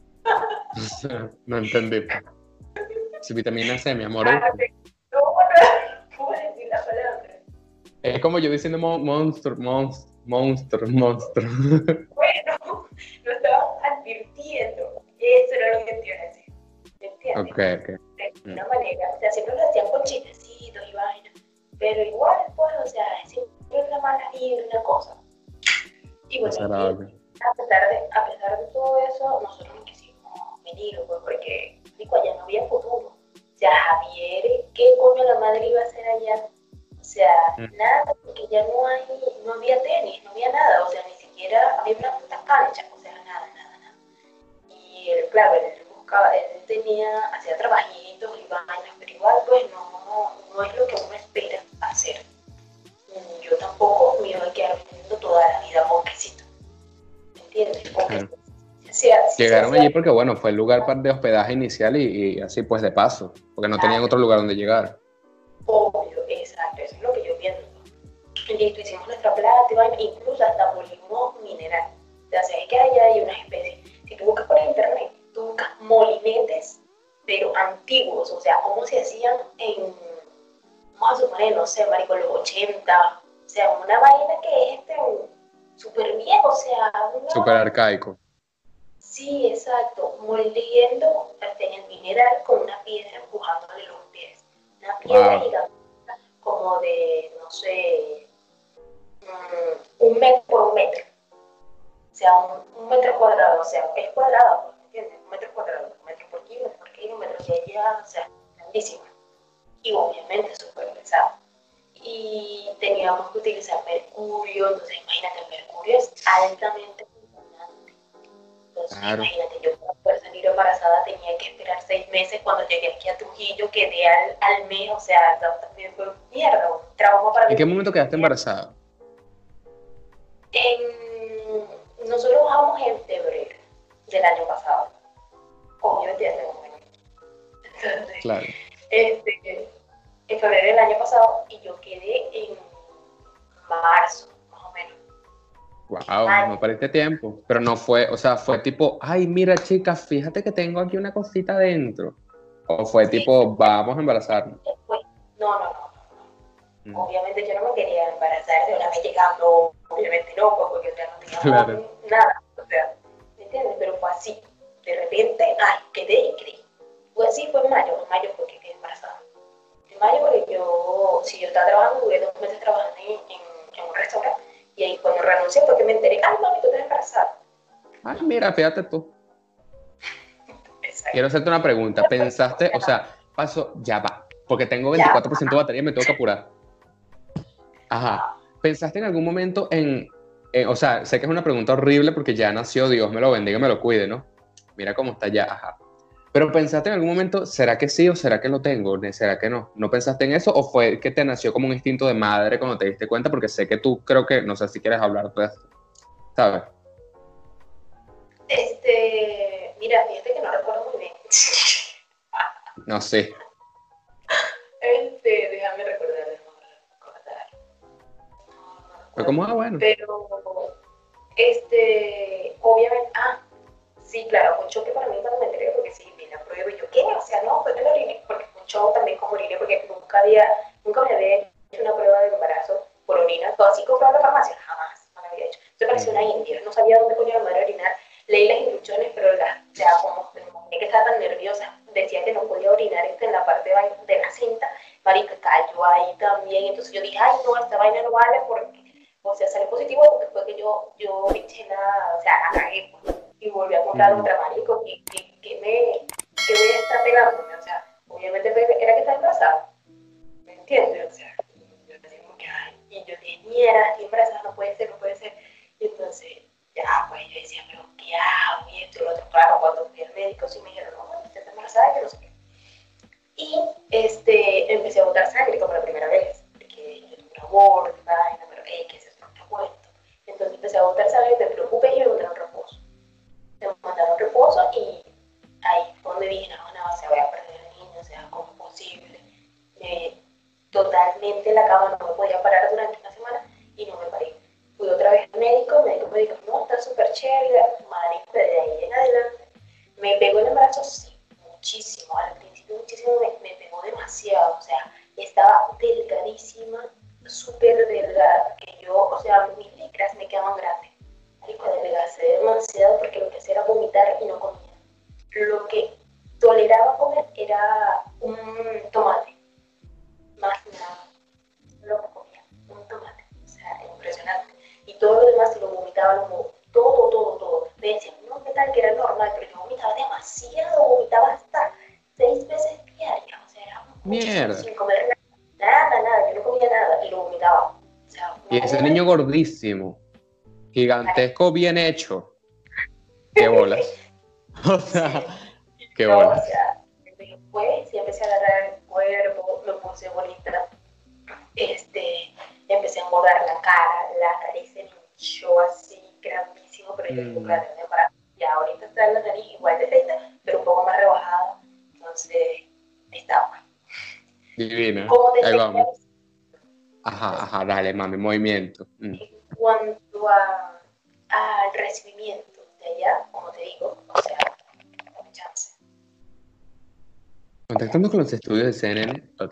No entendí. Si vitamina C, mi amor. Ah, no, no, ¿cómo decir la palabra? Es como yo diciendo mon- monstruo, monstruo, monstruo, monstruo. Bueno, lo estábamos advirtiendo. Eso era lo que te iba a decir. ¿Me entiendes? Ok, ok. De una manera, o sea, siempre lo hacían con chistecitos y vainas, pero igual, pues, o sea, siempre una mala y una cosa. Y bueno, y a pesar, de, a pesar de todo eso, nosotros no quisimos venir, pues, porque, digo, allá no había futuro. O sea, Javier, ¿qué coño la madre iba a hacer allá? O sea, mm. nada, porque ya no hay, no había tenis, no había nada, o sea, ni siquiera había una puta cancha, o sea, nada, nada, nada. Y él, claro, él buscaba, él tenía, hacía trabajitos y vainas, pero igual, pues, no, no es lo que uno espera hacer. Yo tampoco me iba a quedar viendo toda la vida monquecito, ¿me entiendes? Claro. O sea, llegaron o sea, allí porque, bueno, fue el lugar de hospedaje inicial y, y así, pues, de paso, porque no claro. tenían otro lugar donde llegar. Obvio, exacto, eso es lo que yo pienso. Y listo, hicimos nuestra plata, incluso hasta molimos mineral. O sea, sabes que allá hay unas especies. Si tú buscas por internet, tú buscas molinetes, pero antiguos, o sea, cómo se hacían en, vamos a suponer, no sé, marico, los ochenta, o sea, una vaina que es este, súper viejo, o sea, una... súper arcaico. Sí, exacto, moliendo en el mineral con una piedra empujándole los pies. Una piedra wow. gigante, como de, no sé, um, un metro por un metro. O sea, un, un metro cuadrado, o sea, es cuadrado, ¿me entiendes? Un metro cuadrado, un metro por aquí, un metro por aquí, un metro por allá, o sea, grandísima. Y obviamente súper pesado. Y teníamos que utilizar mercurio, entonces imagínate, el mercurio es altamente contaminante. Entonces, claro. Imagínate, yo para poder salir embarazada tenía que esperar seis meses. Cuando llegué aquí a Trujillo quedé al, al mes, o sea, también fue mierda, un trauma para mí. ¿En qué momento quedaste embarazada? En... Nosotros bajamos en febrero del año pasado. Obviamente ya tengo un año. Entonces, claro. Este, en febrero del año pasado y yo quedé en marzo, más o menos. Wow, no parece tiempo, pero no fue, o sea, fue tipo, ay, mira chica, fíjate que tengo aquí una cosita dentro. O fue sí. tipo, vamos a embarazarnos. Después, no, no, no, no, no. Mm. Obviamente yo no me quería embarazar de una vez llegando, obviamente no, porque o sea, no tenía claro. nada, o sea, ¿me entiendes? Pero fue así, de repente, ay, quedé increíble. Fue así, fue en mayo, en mayo porque quedé embarazada. En mayo porque yo, si yo estaba trabajando, duré dos meses trabajando en, en, en un restaurante, y ahí cuando renuncié fue que me enteré, ay, mami, tú estás embarazada. Ay, mira, fíjate tú. Exacto. Quiero hacerte una pregunta. ¿Pensaste, o sea, paso, ya va, porque tengo veinticuatro por ciento de batería y me tengo que apurar? Ajá. ¿Pensaste en algún momento en, en, o sea, sé que es una pregunta horrible porque ya nació, Dios me lo bendiga y me lo cuide, ¿no? Mira cómo está ya, ajá. Pero ¿pensaste en algún momento, será que sí o será que lo tengo? ¿Será que no? ¿No pensaste en eso o fue que te nació como un instinto de madre cuando te diste cuenta? Porque sé que tú creo que, no sé si quieres hablar de esto, ¿sabes? Este, mira, fíjate que no recuerdo muy bien. No sé. Este, déjame recordar, déjame recordar. Fue como, ah, bueno. Pero, este, obviamente, ah, sí, claro, fue un choque para mí cuando me enteré, porque sí, vi la prueba y yo, ¿qué? O sea, no, fue que lo oriné, porque fue un show también con orina, porque nunca había, nunca me había hecho una prueba de embarazo por orina, todo así comprado en la farmacia, jamás me la había hecho. Yo parecía una india, no sabía dónde coño me iba a orinar, leí las instrucciones, pero la, o sea, como que estaba tan nerviosa, decía que no podía orinar este, en la parte de la cinta, marica, cayó ahí también, entonces yo dije, ay, no, esta vaina no vale porque, o sea, salió positivo porque fue que yo, yo eché la, o sea, la cagué, pues, y volví a comprar Mm. otra, marico, que, que, que me, que voy a estar pegándome, o sea, obviamente fue, era que estaba embarazada, ¿me entiendes? O sea, yo decía como que, ay, y yo dije, mierda, estoy embarazada, no puede ser, no puede ser, y entonces, ya, pues yo decía, pero ¿qué hago? Y esto y lo otro, claro, cuando fui al médico sí me dijeron, no, bueno, usted está embarazada, que no sé qué. Y este, empecé a botar sangre como la primera vez, porque yo tuve un aborto, vaina, pero eh, ¿qué es eso? No te cuento. Entonces empecé a botar sangre, me preocupé y me mandaron reposo. Me mandaron reposo y ahí fue donde dije, no, no, se voy a perder el niño, o sea, ¿cómo es posible? Eh, totalmente la cama, no me podía parar durante una semana y no me paré. Fui otra vez al médico, el médico me dijo, no, está súper chévere, madre, de ahí en adelante. Me pegó el embarazo, sí, muchísimo, al principio muchísimo, me, me pegó demasiado, o sea, estaba delgadísima, súper delgada, que yo, o sea, mis licras me quedaban grandes. Marico, adelgacé demasiado porque lo que hacía era vomitar y no comía. Lo que toleraba comer era un tomate, más nada, lo que comía, un tomate, o sea, impresionante. Y todo lo demás lo vomitaba, lo vomitaba, todo, todo, todo. Me decían, no, qué tal, que era normal, pero yo vomitaba demasiado, vomitaba hasta seis veces diarias, o sea, era muchísimo, sin comer nada, nada, nada, yo no comía nada y lo vomitaba. O sea, Y ese niño gordísimo, gigantesco, bien hecho. Qué bolas. O sea, sí. qué No, bolas. o sea, después sí empecé a agarrar el cuerpo, me puse bonita, este, empecé a engordar la cara, la nariz se me hinchó así, grandísimo, pero yo digo, claro, de embarazo. Ya ahorita está la nariz igual de feita, pero un poco más rebajada, entonces está bueno. Divina. Como te Ahí decía, vamos. Ajá, ajá, dale, mami, movimiento. Mm. en cuanto a, al recibimiento de allá, como te digo, o sea, no chance. Contactando con los estudios de C N N. Ok.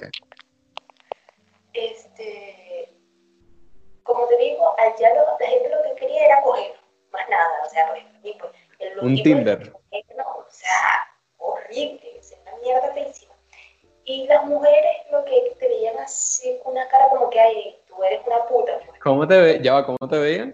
Este, como te digo, allá lo, la gente lo que quería era coger, más nada, o sea, coger. Y pues, los Un tipos de Tinder. no, o sea, horrible, es una mierda feísima. Y las mujeres lo que te veían así con una cara como que, ay, tú eres una puta. Pues. ¿Cómo te ve? Ya va, ¿cómo te veían?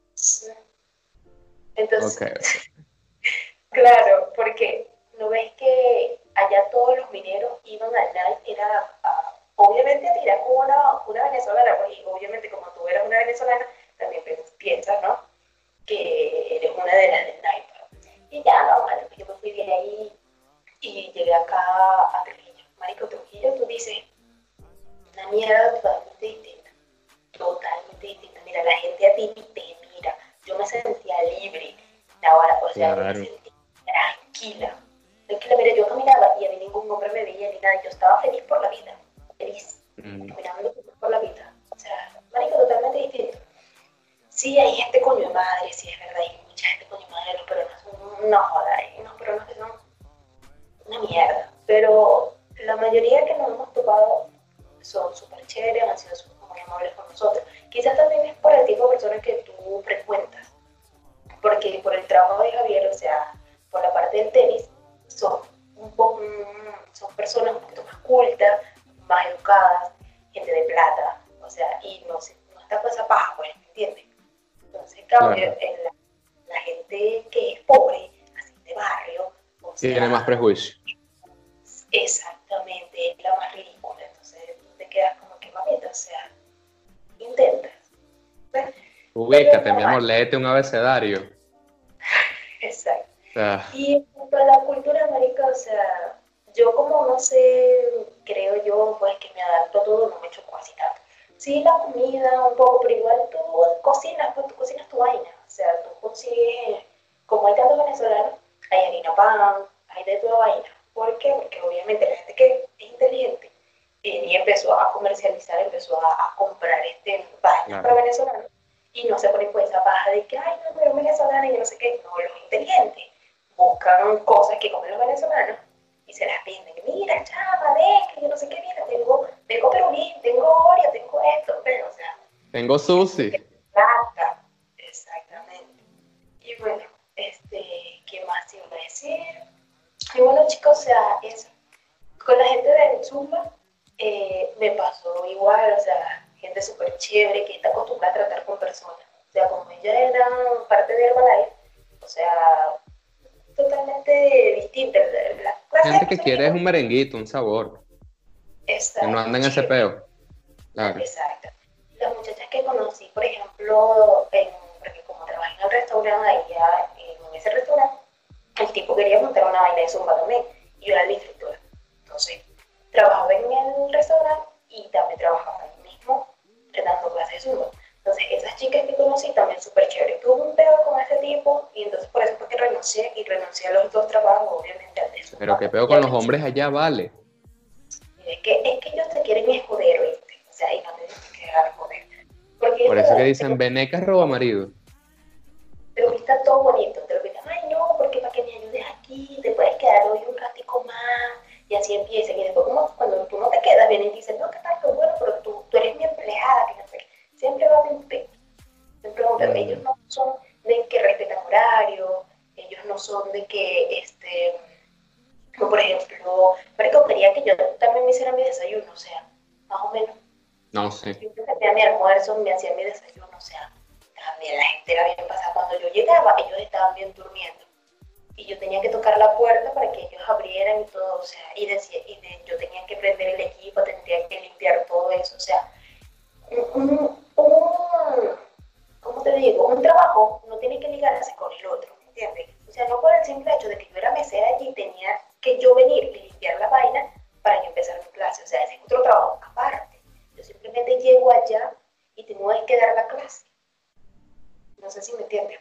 Entonces, Ok, ok. claro, porque no ves que allá todos los mineros iban al night, era uh, obviamente a tirar como una, una venezolana, pues, y obviamente como tú eras una venezolana, también piensas, ¿no? Que eres una de las del night. Y ya, no, bueno, yo me fui de ahí y llegué acá a Trujillo. Marico, Trujillo, tú dices, una mierda totalmente distinta, totalmente distinta. Mira, la gente a ti te mira, yo me sentía libre, ahora, o sea, Claro. yo me sentía tranquila. Tranquila, mira, yo caminaba y a mí ningún hombre me veía ni nada, yo estaba feliz por la vida, feliz, mm. caminando por la vida. O sea, marico, totalmente distinto. Sí, hay gente coño de madre, sí, es verdad, hay mucha gente coño de madre, los peruanos son, no jodas, hay unos peruanos que son una mierda, pero la mayoría que nos hemos topado son súper chéveres, han sido muy amables con nosotros. Quizás también es por el tipo de personas que tú frecuentas, porque por el trabajo de Javier, o sea, por la parte del tenis son, un poco, son personas un poquito más cultas, más educadas, gente de plata, o sea, y no, no está con esa paja, pues, ¿me entiendes? Entonces, en cambio, Claro. en la, la gente que es pobre, así de barrio, o sea, Tiene más prejuicio. exactamente, es la más ridícula. Entonces tú te quedas como que, mamita, o sea, intentas. ¿Ves? Ubícate, mi amor, léete un abecedario. Exacto. O sea, Y en cuanto a la cultura, marica, o sea, yo como no sé, creo yo, pues que me adapto a todo, no me choco así tanto. Sí, la comida un poco, pero igual tú cocinas, pues tú cocinas tu vaina. O sea, tú consigues, como hay tantos venezolanos, hay harina pan, hay de toda vaina. ¿Por qué? Porque obviamente la gente que es inteligente eh, y empezó a comercializar, empezó a, a comprar este, vainas claro. para venezolanos y no se ponen con esa paja de que, ay, no, pero venezolana y yo no sé qué. No, los inteligentes buscan cosas que comen los venezolanos y se las venden. Mira, chama, ven, que yo no sé qué, mira, tengo, tengo perulín, tengo Oreo, tengo esto, pero, o sea, Tengo sushi. plata. Exactamente. Y bueno, este, ¿qué más te iba a decir? Y bueno, chicos, o sea, eso. Con la gente del Zumba eh, me pasó igual, o sea, gente súper chévere que está acostumbrada a tratar con personas. O sea, como ella era parte de Herbalife, o sea, totalmente distinta. La clase de Gente que personas quiere es un que merenguito, un sabor. Que no exacto, anda en ese chévere, peo. Claro. exacto. Las muchachas que conocí, por ejemplo, en, porque como trabajé en el restaurante, allá en ese restaurante, el tipo quería montar una vaina de Zumba también, y yo era la instructora. Entonces, trabajaba en el restaurante y también trabajaba ahí mismo dando clases de Zumba. Entonces, esas chicas que conocí también súper chévere. Tuve un pedo con ese tipo y entonces por eso fue que renuncié y renuncié a los dos trabajos, obviamente al de Pero Zumba. qué peo Y con al los de hombres allá, vale. es que, es que ellos te quieren escuder, ¿viste? O sea, y no te tienes que dejar joder. Porque ellos Por te eso lo que te dicen, lo- venecas roba marido. te lo pintan todo bonito. Te lo pintan, ay, no, porque para que me ayudes aquí, te puedes quedar hoy un ratico más. Y así empieza. Y después, como cuando tú no te quedas, vienen y dicen, no, ¿qué tal? Que bueno, pero tú, tú eres mi empleada, que no sé qué. Siempre va a haber un pedo. Siempre va a haber un pedo. Ellos Mm. no son de que respetan horario, ellos no son de que, este, como por ejemplo, Marico, quería que yo también me hiciera mi desayuno, o sea, más o menos. No sé. Yo hacía mi almuerzo, me hacía mi desayuno, o sea, también la gente era bien pasada. Cuando yo llegaba, ellos estaban bien durmiendo. Y yo tenía que tocar la puerta para que ellos abrieran y todo, o sea, y, decía, y de, yo tenía que prender el equipo, tenía que limpiar todo eso, o sea, un, un, un ¿cómo te digo? Un trabajo no tiene que ligarse con el otro, ¿me entiendes? O sea, no por el simple hecho de que yo era mesera allí, tenía que yo venir y limpiar la vaina para yo empezar mi clase, o sea, ese es otro trabajo aparte. Yo simplemente llego allá y tengo que dar la clase. No sé si me entiendes.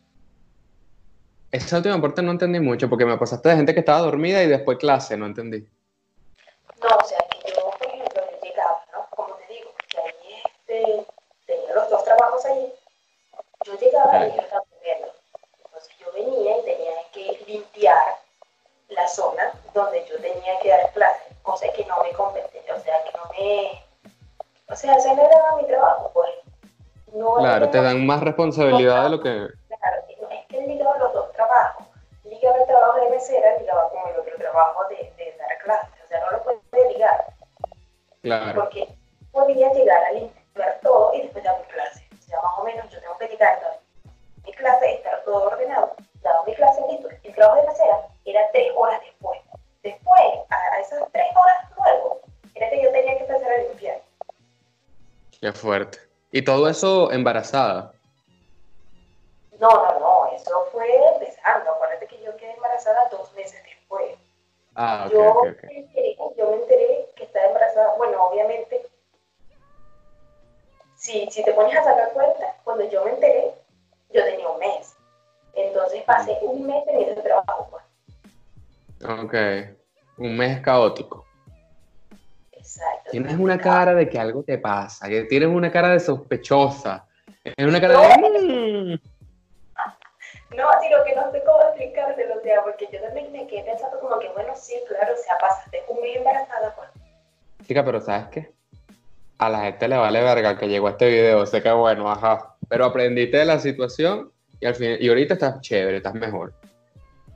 Esa última parte no entendí mucho porque me pasaste de gente que estaba dormida y después clase, no entendí. No, o sea, que yo, por ejemplo, yo llegaba, ¿no? Como te digo, que ahí este, tenía los dos trabajos ahí. Yo llegaba y Okay. ellos estaban durmiendo. Entonces yo venía y tenía que limpiar la zona donde yo tenía que dar clases, cosa que no me competía, o sea, que no me... O sea, ese no era mi trabajo, pues. No es Claro, que te no... dan más responsabilidad de lo que... Claro, no es que ligaba los dos trabajos. Ligaba el trabajo de mesera, ligaba con el otro trabajo de, de dar clases. O sea, no lo podía ligar. Claro, Porque podía llegar a limpiar todo y después dar mi clase. O sea, más o menos yo tengo que llegar a mi clase, estar todo ordenado, daba mi clase listo. El trabajo de mesera era tres horas después. Después, a, a esas tres horas luego, era que yo tenía que empezar a limpiar. qué fuerte. Y todo eso embarazada. No, no, no, eso fue empezando. Acuérdate que yo quedé embarazada dos meses después. Ah, ok, ok, Yo ok. me enteré, yo me enteré que estaba embarazada. Bueno, obviamente, si, si te pones a sacar cuenta, cuando yo me enteré, yo tenía un mes. Entonces Mm. pasé un mes en ese trabajo, pues. Ok. Un mes caótico. Exacto, Tienes súper una pecado. cara de que algo te pasa, que tienes una cara de sospechosa. Tienes una cara No, de... "Mm". no, sino que no sé cómo explicártelo, o sea, porque yo también me quedé pensando como que, bueno, sí, claro, o sea, pasaste un mes embarazada, pues. Chica, pero ¿sabes qué? A la gente le vale verga que llegó a este video, sé que bueno, ajá. Pero aprendiste de la situación y al fin, y ahorita estás chévere, estás mejor.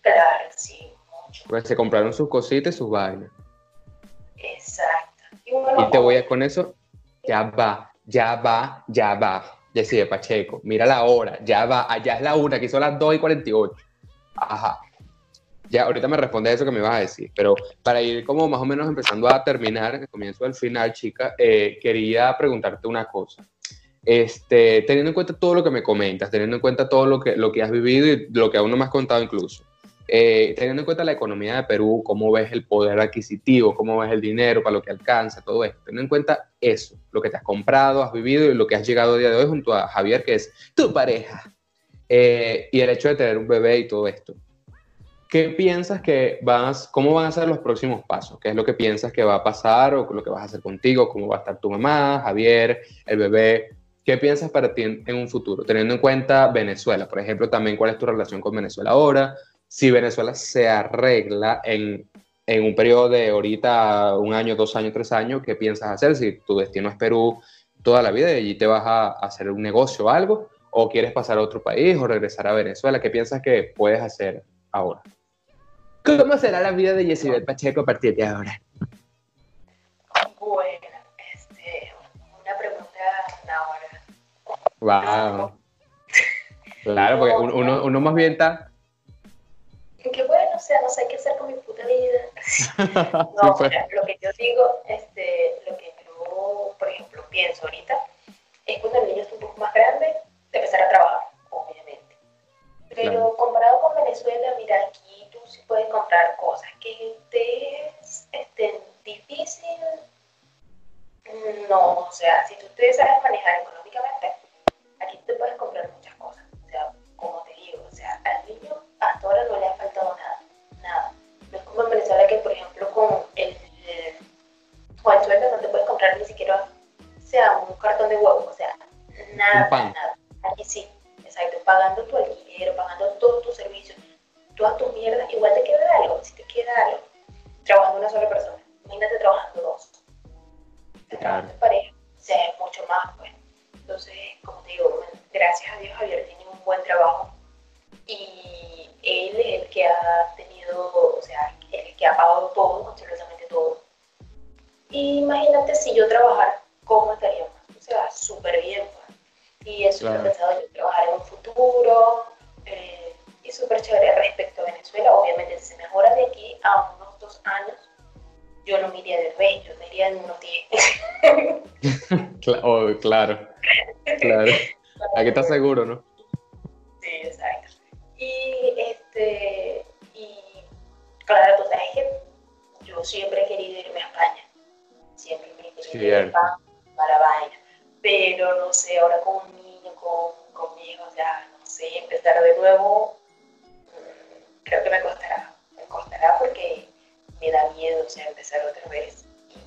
Claro, sí, mucho. Pues se compraron sus cositas y sus vainas. Exacto. Y uno Y no te voy come. a, con eso, ya va, ya va, ya va. Jessy de Pacheco, mira la hora, ya va, allá es la una, aquí son las dos y cuarenta y ocho. Ajá. Ya, ahorita me responde eso que me ibas a decir, pero para ir como más o menos empezando a terminar, que comienzo al final, chica, eh, quería preguntarte una cosa. Este, teniendo en cuenta todo lo que me comentas, teniendo en cuenta todo lo que, lo que has vivido y lo que aún no me has contado incluso, eh, teniendo en cuenta la economía de Perú, cómo ves el poder adquisitivo, cómo ves el dinero para lo que alcanza, todo esto, teniendo en cuenta eso, lo que te has comprado, has vivido y lo que has llegado a día de hoy junto a Javier, que es tu pareja, eh, y el hecho de tener un bebé y todo esto. ¿Qué piensas que vas, cómo van a ser los próximos pasos? ¿Qué es lo que piensas que va a pasar o lo que vas a hacer contigo? ¿Cómo va a estar tu mamá, Javier, el bebé? ¿Qué piensas para ti en, en un futuro? Teniendo en cuenta Venezuela, por ejemplo, también cuál es tu relación con Venezuela ahora. Si Venezuela se arregla en, en un periodo de ahorita un año, dos años, tres años, ¿qué piensas hacer? Si tu destino es Perú toda la vida y allí te vas a, a hacer un negocio o algo, o quieres pasar a otro país o regresar a Venezuela, ¿qué piensas que puedes hacer ahora? ¿Cómo será la vida de Yesibel Pacheco a partir de ahora? Bueno, este, una pregunta ahora. Wow. Claro, porque No, uno, uno más bien está. qué bueno, o sea, no sé qué hacer con mi puta vida. Sí, No, pues. mira, lo que yo digo, este, lo que yo, por ejemplo, pienso ahorita, es cuando el niño es un poco más grande, de empezar a trabajar, obviamente. Pero Claro. comparado con Venezuela, mira, aquí tú sí puedes comprar cosas que te es este, difícil. No, o sea, si tú te sabes manejar económicamente, aquí te puedes comprar muchas cosas. O sea, como te digo, o sea, al niño hasta ahora no le ha faltado nada, nada. No es como en Venezuela que, por ejemplo, con el, el, con el sueldo no te puedes comprar ni siquiera, o sea, un cartón de huevo, o sea, Un nada, pan. nada. Aquí sí, exacto, pagando tu alquiler, pagando todos tus servicios, todas tus mierdas, igual te queda algo, si te queda algo, trabajando una sola persona. Imagínate trabajando dos. Claro. Trabajando en pareja, o sea, es mucho más, pues. Entonces, como te digo, gracias a Dios Javier tiene un buen trabajo y él es el que ha tenido, o sea, el que ha pagado todo, absolutamente todo. Y imagínate si yo trabajara, ¿cómo estaríamos? O sea, súper bien, pues. Y eso es lo que he Claro. pensado yo, trabajar en un futuro, eh, y súper chévere respecto a Venezuela. Obviamente, si se mejora de aquí a unos dos años, yo no me iría de rey, yo me iría en unos diez. Cla- oh, claro, claro. Aquí estás seguro, ¿no? Sí, exacto. Y este, y claro, tú sabes que yo siempre he querido irme a España. Siempre me he querido ir a Cierto. España para vaina. Pero no sé, ahora con un niño, con, con mi hijo, o sea, no sé, empezar de nuevo, mmm, creo que me costará. Me costará porque me da miedo, o sea, empezar otra vez.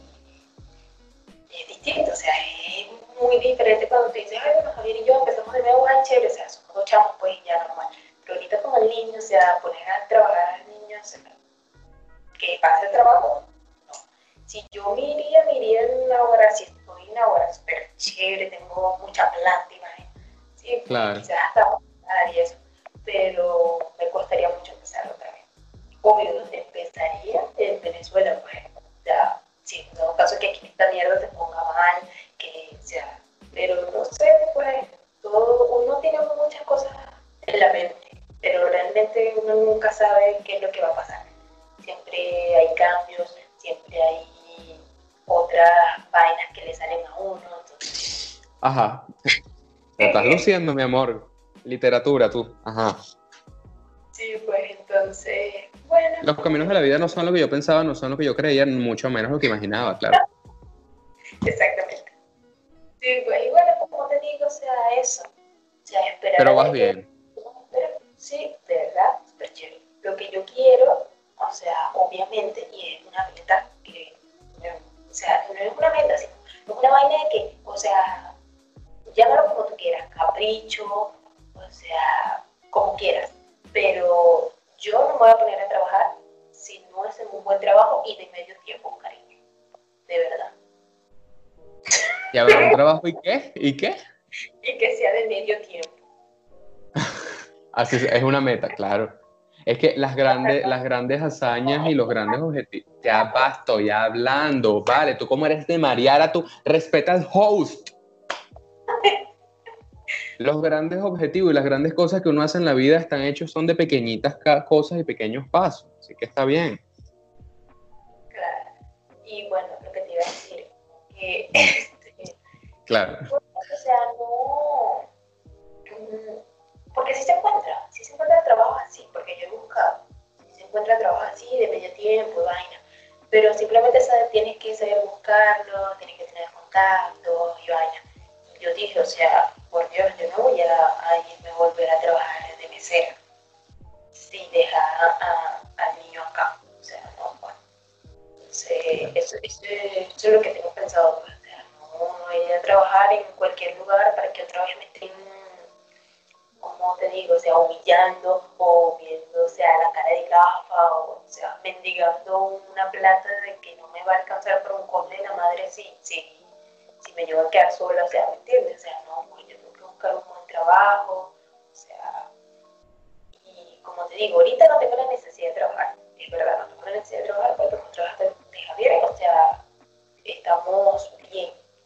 Y es distinto, o sea, es muy diferente cuando te dices, ay, bueno, Javier y yo empezamos de nuevo, ay, chévere, o sea, somos dos chamos, pues ya normal. Pero ahorita con el niño, o sea, poner a trabajar al niño, o sea, que pase el trabajo, no. Si yo me iría, me iría en una hora, si estoy en una hora súper chévere, tengo mucha planta, imagínate. Sí, pues Claro. quizás hasta y eso, pero me costaría mucho empezar otra vez. Obvio, empezaría en Venezuela, pues, ya, sí, en todo caso que aquí esta mierda se ponga mal, que sea, pero no sé, pues, todo, uno tiene muchas cosas en la mente, pero realmente uno nunca sabe qué es lo que va a pasar. Siempre hay cambios, siempre hay otras vainas que le salen a uno, entonces... Ajá. Te estás luciendo, mi amor. Literatura, tú. Ajá. Sí, pues entonces, bueno. Los caminos de la vida no son lo que yo pensaba, no son lo que yo creía, mucho menos lo que imaginaba, claro. Exactamente. Sí, pues, y bueno, como te digo, o sea, eso. O sea, esperar a Pero vas ver qué. bien. Pero sí, de verdad, súper chévere. Lo que yo quiero, o sea, obviamente, y es una meta que, o sea, no es una meta, sino es una vaina de que, o sea, llámalo como tú quieras, capricho, o sea, como quieras. Pero yo no me voy a poner a trabajar si no es en un buen trabajo y de medio tiempo, cariño. De verdad. Ya va, un trabajo y qué, y qué. Y que sea de medio tiempo. Así es, es una meta, claro. Es que las grandes, las grandes hazañas y los grandes objetivos. Ya basta, ya hablando, vale. Tú como eres de Mariara, tú respeta al host. Los grandes objetivos y las grandes cosas que uno hace en la vida están hechos, son de pequeñitas cosas y pequeños pasos. Así que está bien. Claro. Y bueno, lo que te iba a decir, que este, claro. O sea, no. Porque si se encuentra, si se encuentra trabajo así, porque yo he buscado, si se encuentra trabajo así de medio tiempo, vaina, pero simplemente sabes, tienes que saber buscarlo, tienes que tener contactos y vaina. Y yo dije, o sea, por Dios, yo no voy a, a irme a volver a trabajar de mesera sin dejar a, al niño acá, o sea, no, bueno. Entonces, eso, eso, eso es lo que tengo pensado, pues, o sea, no, no ir a trabajar en cualquier lugar para que otra vez me estén, como te digo, o sea, humillando o viendo, o sea, la cara de gafa, o, o sea, mendigando una plata de que no me va a alcanzar por un cobre de la madre si, si, si me llevo a quedar sola, o sea, ¿me entiendes? O sea, no, pues yo tengo que buscar un buen trabajo, o sea, y como te digo, ahorita no tengo la necesidad de trabajar, es verdad, no tengo la necesidad de trabajar porque como trabajas de Javier, o sea, estamos bien,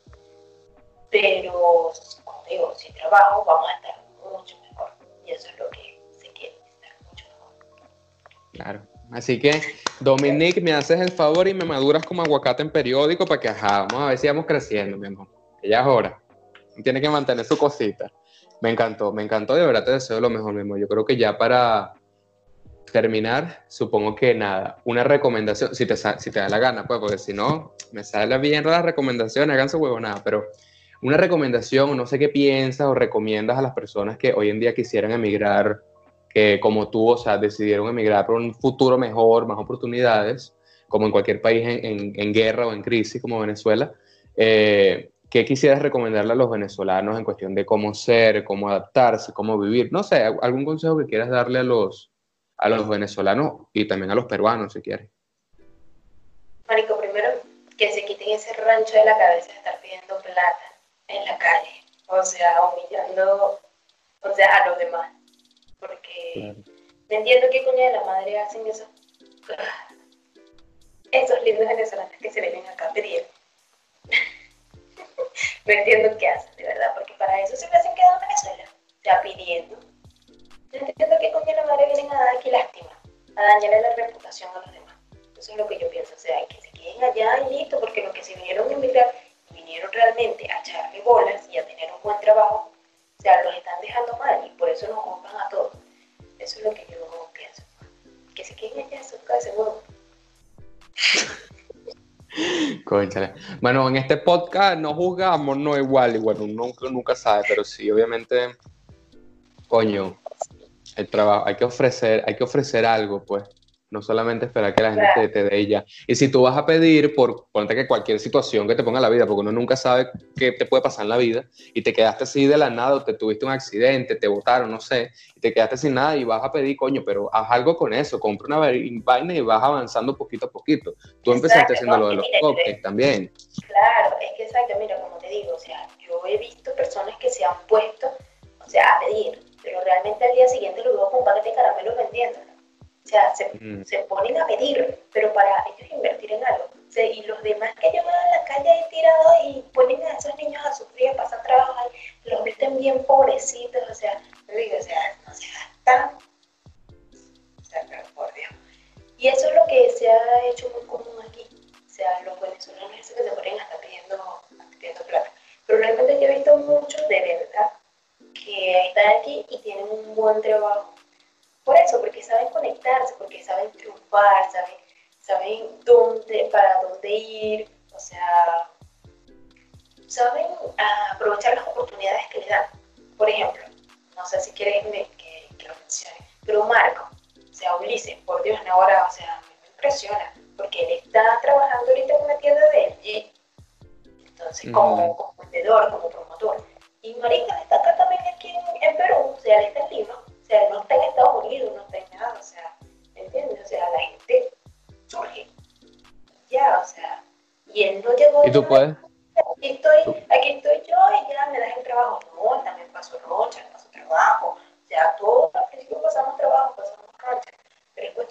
pero, como te digo, si trabajo vamos a estar mucho mejor. Y eso es lo que se quiere, estar mucho mejor. Claro. Así que, Dominique, me haces el favor y me maduras como aguacate en periódico para que, ajá, vamos a ver si vamos creciendo, mi amor. Que ya es hora. Tiene que mantener su cosita. Me encantó, me encantó, de verdad te deseo lo mejor, mi amor. Yo creo que ya para terminar, supongo que nada, una recomendación, si te, si te da la gana, pues, porque si no, me sale bien las recomendaciones, hagan su huevonada, pero una recomendación, no sé qué piensas o recomiendas a las personas que hoy en día quisieran emigrar, que como tú, o sea, decidieron emigrar por un futuro mejor, más oportunidades, como en cualquier país en, en, en guerra o en crisis como Venezuela. Eh, ¿Qué quisieras recomendarle a los venezolanos en cuestión de cómo ser, cómo adaptarse, cómo vivir? No sé, algún consejo que quieras darle a los, a los venezolanos y también a los peruanos, si quieres. Marico, primero, que se quiten ese rancho de la cabeza de estar pidiendo plata en la calle, o sea, humillando, o sea, a los demás, porque Claro. no entiendo qué coño de la madre hacen eso, esos lindos venezolanos que se vienen acá a pedir. No entiendo qué hacen, de verdad, porque para eso se hubiesen quedado en Venezuela, o sea, pidiendo. No entiendo qué coño de la madre vienen a dar aquí lástima, a dañarle la reputación a los demás. Eso es lo que yo pienso, o sea, que se queden allá y listo, porque lo que se vinieron a emigrar, vinieron realmente a echarle bolas y a tener un buen trabajo, o sea, los están dejando mal y por eso nos juzgan a todos. Eso es lo que yo pienso, que se queden allá en su casa de huevo. Cónchale. Bueno, en este podcast no juzgamos, no igual, y bueno, uno nunca, nunca sabe, pero sí, obviamente, coño, el trabajo, hay que ofrecer, hay que ofrecer algo, pues. No solamente esperar que la gente Claro. te, te dé ya. Y si tú vas a pedir, por ponte que cualquier situación que te ponga en la vida, porque uno nunca sabe qué te puede pasar en la vida, y te quedaste así de la nada, o te tuviste un accidente, te botaron, no sé, y te quedaste sin nada y vas a pedir, coño, pero haz algo con eso, compra una vaina y vas avanzando poquito a poquito. Tú empezaste Exacto, haciendo ¿no? lo de Que los mira, cupcakes también. claro, es que exacto, mira, como te digo, o sea, yo he visto personas que se han puesto, o sea, a pedir, pero realmente al día siguiente lo veo con un paquete de caramelos vendiéndolo. O sea, se, Mm. se ponen a pedir, pero para ellos invertir en algo. O sea, y los demás que yo veo en la calle ahí tirados y ponen a esos niños a sufrir, pasan trabajo ahí, los visten bien pobrecitos, o sea, yo digo, o sea, no se gastan, o sea, pero por Dios. Y eso es lo que se ha hecho muy común aquí. O sea, los venezolanos esos que se ponen hasta pidiendo, hasta pidiendo plata. Pero realmente yo he visto muchos de verdad que están aquí y tienen un buen trabajo. Por eso, porque saben conectarse, porque saben triunfar, saben, saben dónde, para dónde ir, o sea, saben aprovechar las oportunidades que les dan. Por ejemplo, no sé si quieres que, que lo mencione, pero Marco, o sea, Ulises, por Dios, no, ahora, o sea, me impresiona, porque él está trabajando ahorita en una tienda de L G, entonces, como, Mm. como vendedor, como promotor. Y Marica está acá también aquí en, en Perú, o sea, él está en Lima, o sea, él no está en Estados Unidos, no está en nada, o sea, ¿entiendes? O sea, la gente surge, ya, o sea, y él no llegó ¿Y tú ya, puedes? aquí estoy, Tú. aquí estoy yo y ya me das el trabajo. No, también pasó roncha, pasó trabajo, o sea, todos al principio pasamos trabajo, pasamos roncha,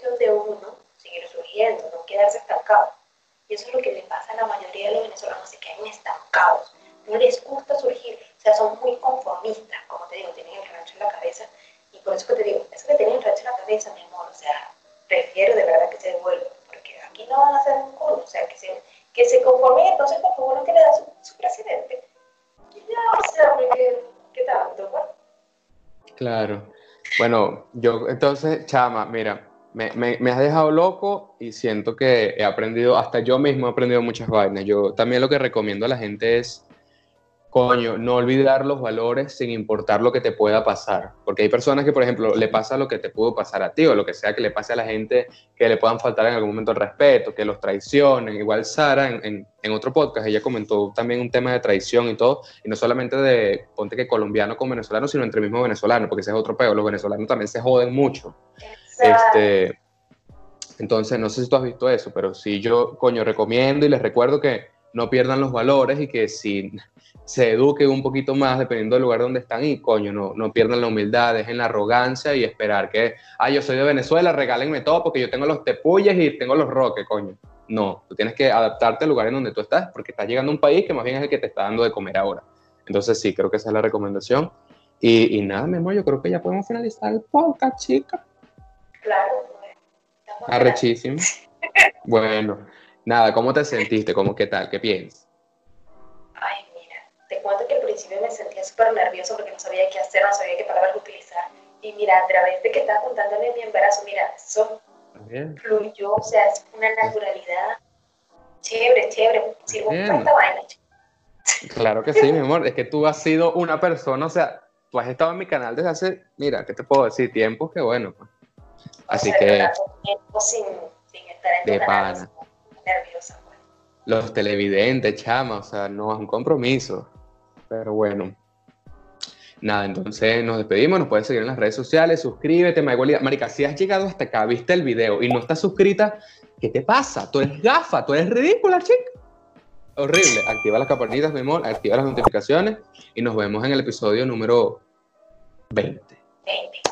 cuestión de uno seguir surgiendo, no quedarse estancado. Y eso es lo que le pasa a la mayoría de los venezolanos, se quedan estancados, no les gusta surgir, o sea, son muy conformistas, como te digo, tienen el rancho en la cabeza, y por eso que te digo, eso que tienen el rancho en la cabeza, mi amor, o sea, prefiero de verdad que se devuelvan, porque aquí no van a hacer un culo, o sea, que se, que se conformen entonces con lo bueno que le da su, su presidente. Y ya, o sea, ¿qué, qué tanto, pues? Claro. Bueno, yo entonces, chama, mira, me, me, me has dejado loco y siento que he aprendido, hasta yo mismo he aprendido muchas vainas. Yo también lo que recomiendo a la gente es, coño, no olvidar los valores sin importar lo que te pueda pasar. Porque hay personas que, por ejemplo, le pasa lo que te pudo pasar a ti o lo que sea que le pase a la gente, que le puedan faltar en algún momento el respeto, que los traicionen. Igual Sara, en, en, en otro podcast, ella comentó también un tema de traición y todo, y no solamente de, ponte que colombiano con venezolano, sino entre mismos venezolanos, porque ese es otro peo. Los venezolanos también se joden mucho. Este, entonces, no sé si tú has visto eso, pero sí yo, coño, recomiendo y les recuerdo que no pierdan los valores y que si se eduquen un poquito más dependiendo del lugar donde están y, coño, no, no pierdan la humildad, dejen la arrogancia y esperar que, ah, yo soy de Venezuela, regálenme todo porque yo tengo los tepuyes y tengo los roques, coño. No, tú tienes que adaptarte al lugar en donde tú estás porque estás llegando a un país que más bien es el que te está dando de comer ahora. Entonces sí, creo que esa es la recomendación. Y, y nada, mi amor, yo creo que ya podemos finalizar el podcast, chica. Claro, Arrechísimo. Bueno, nada, ¿cómo te sentiste? ¿Cómo qué tal? ¿Qué piensas? Ay, mira, te cuento que al principio me sentía súper nerviosa porque no sabía qué hacer, no sabía qué palabras utilizar. Y mira, a través de que estaba contándole mi embarazo, mira, eso Bien. fluyó, o sea, es una naturalidad chévere, chévere. Sirvo para esta vaina, chico. Claro que sí, mi amor. Es que tú has sido una persona, o sea, tú has estado en mi canal desde hace, mira, ¿qué te puedo decir? Tiempos que bueno. Así o sea, que... verdad, tiempo sin, sin estar en tu de canal, pana. nerviosa, pues. Los televidentes, chama, o sea, no es un compromiso. Pero bueno. Nada, entonces nos despedimos, nos puedes seguir en las redes sociales, suscríbete, marica, si has llegado hasta acá, viste el video y no estás suscrita, ¿qué te pasa? Tú eres gafa, tú eres ridícula, chica. Horrible. Activa las campanitas, mi amor, activa las notificaciones y nos vemos en el episodio número veinte. veinte.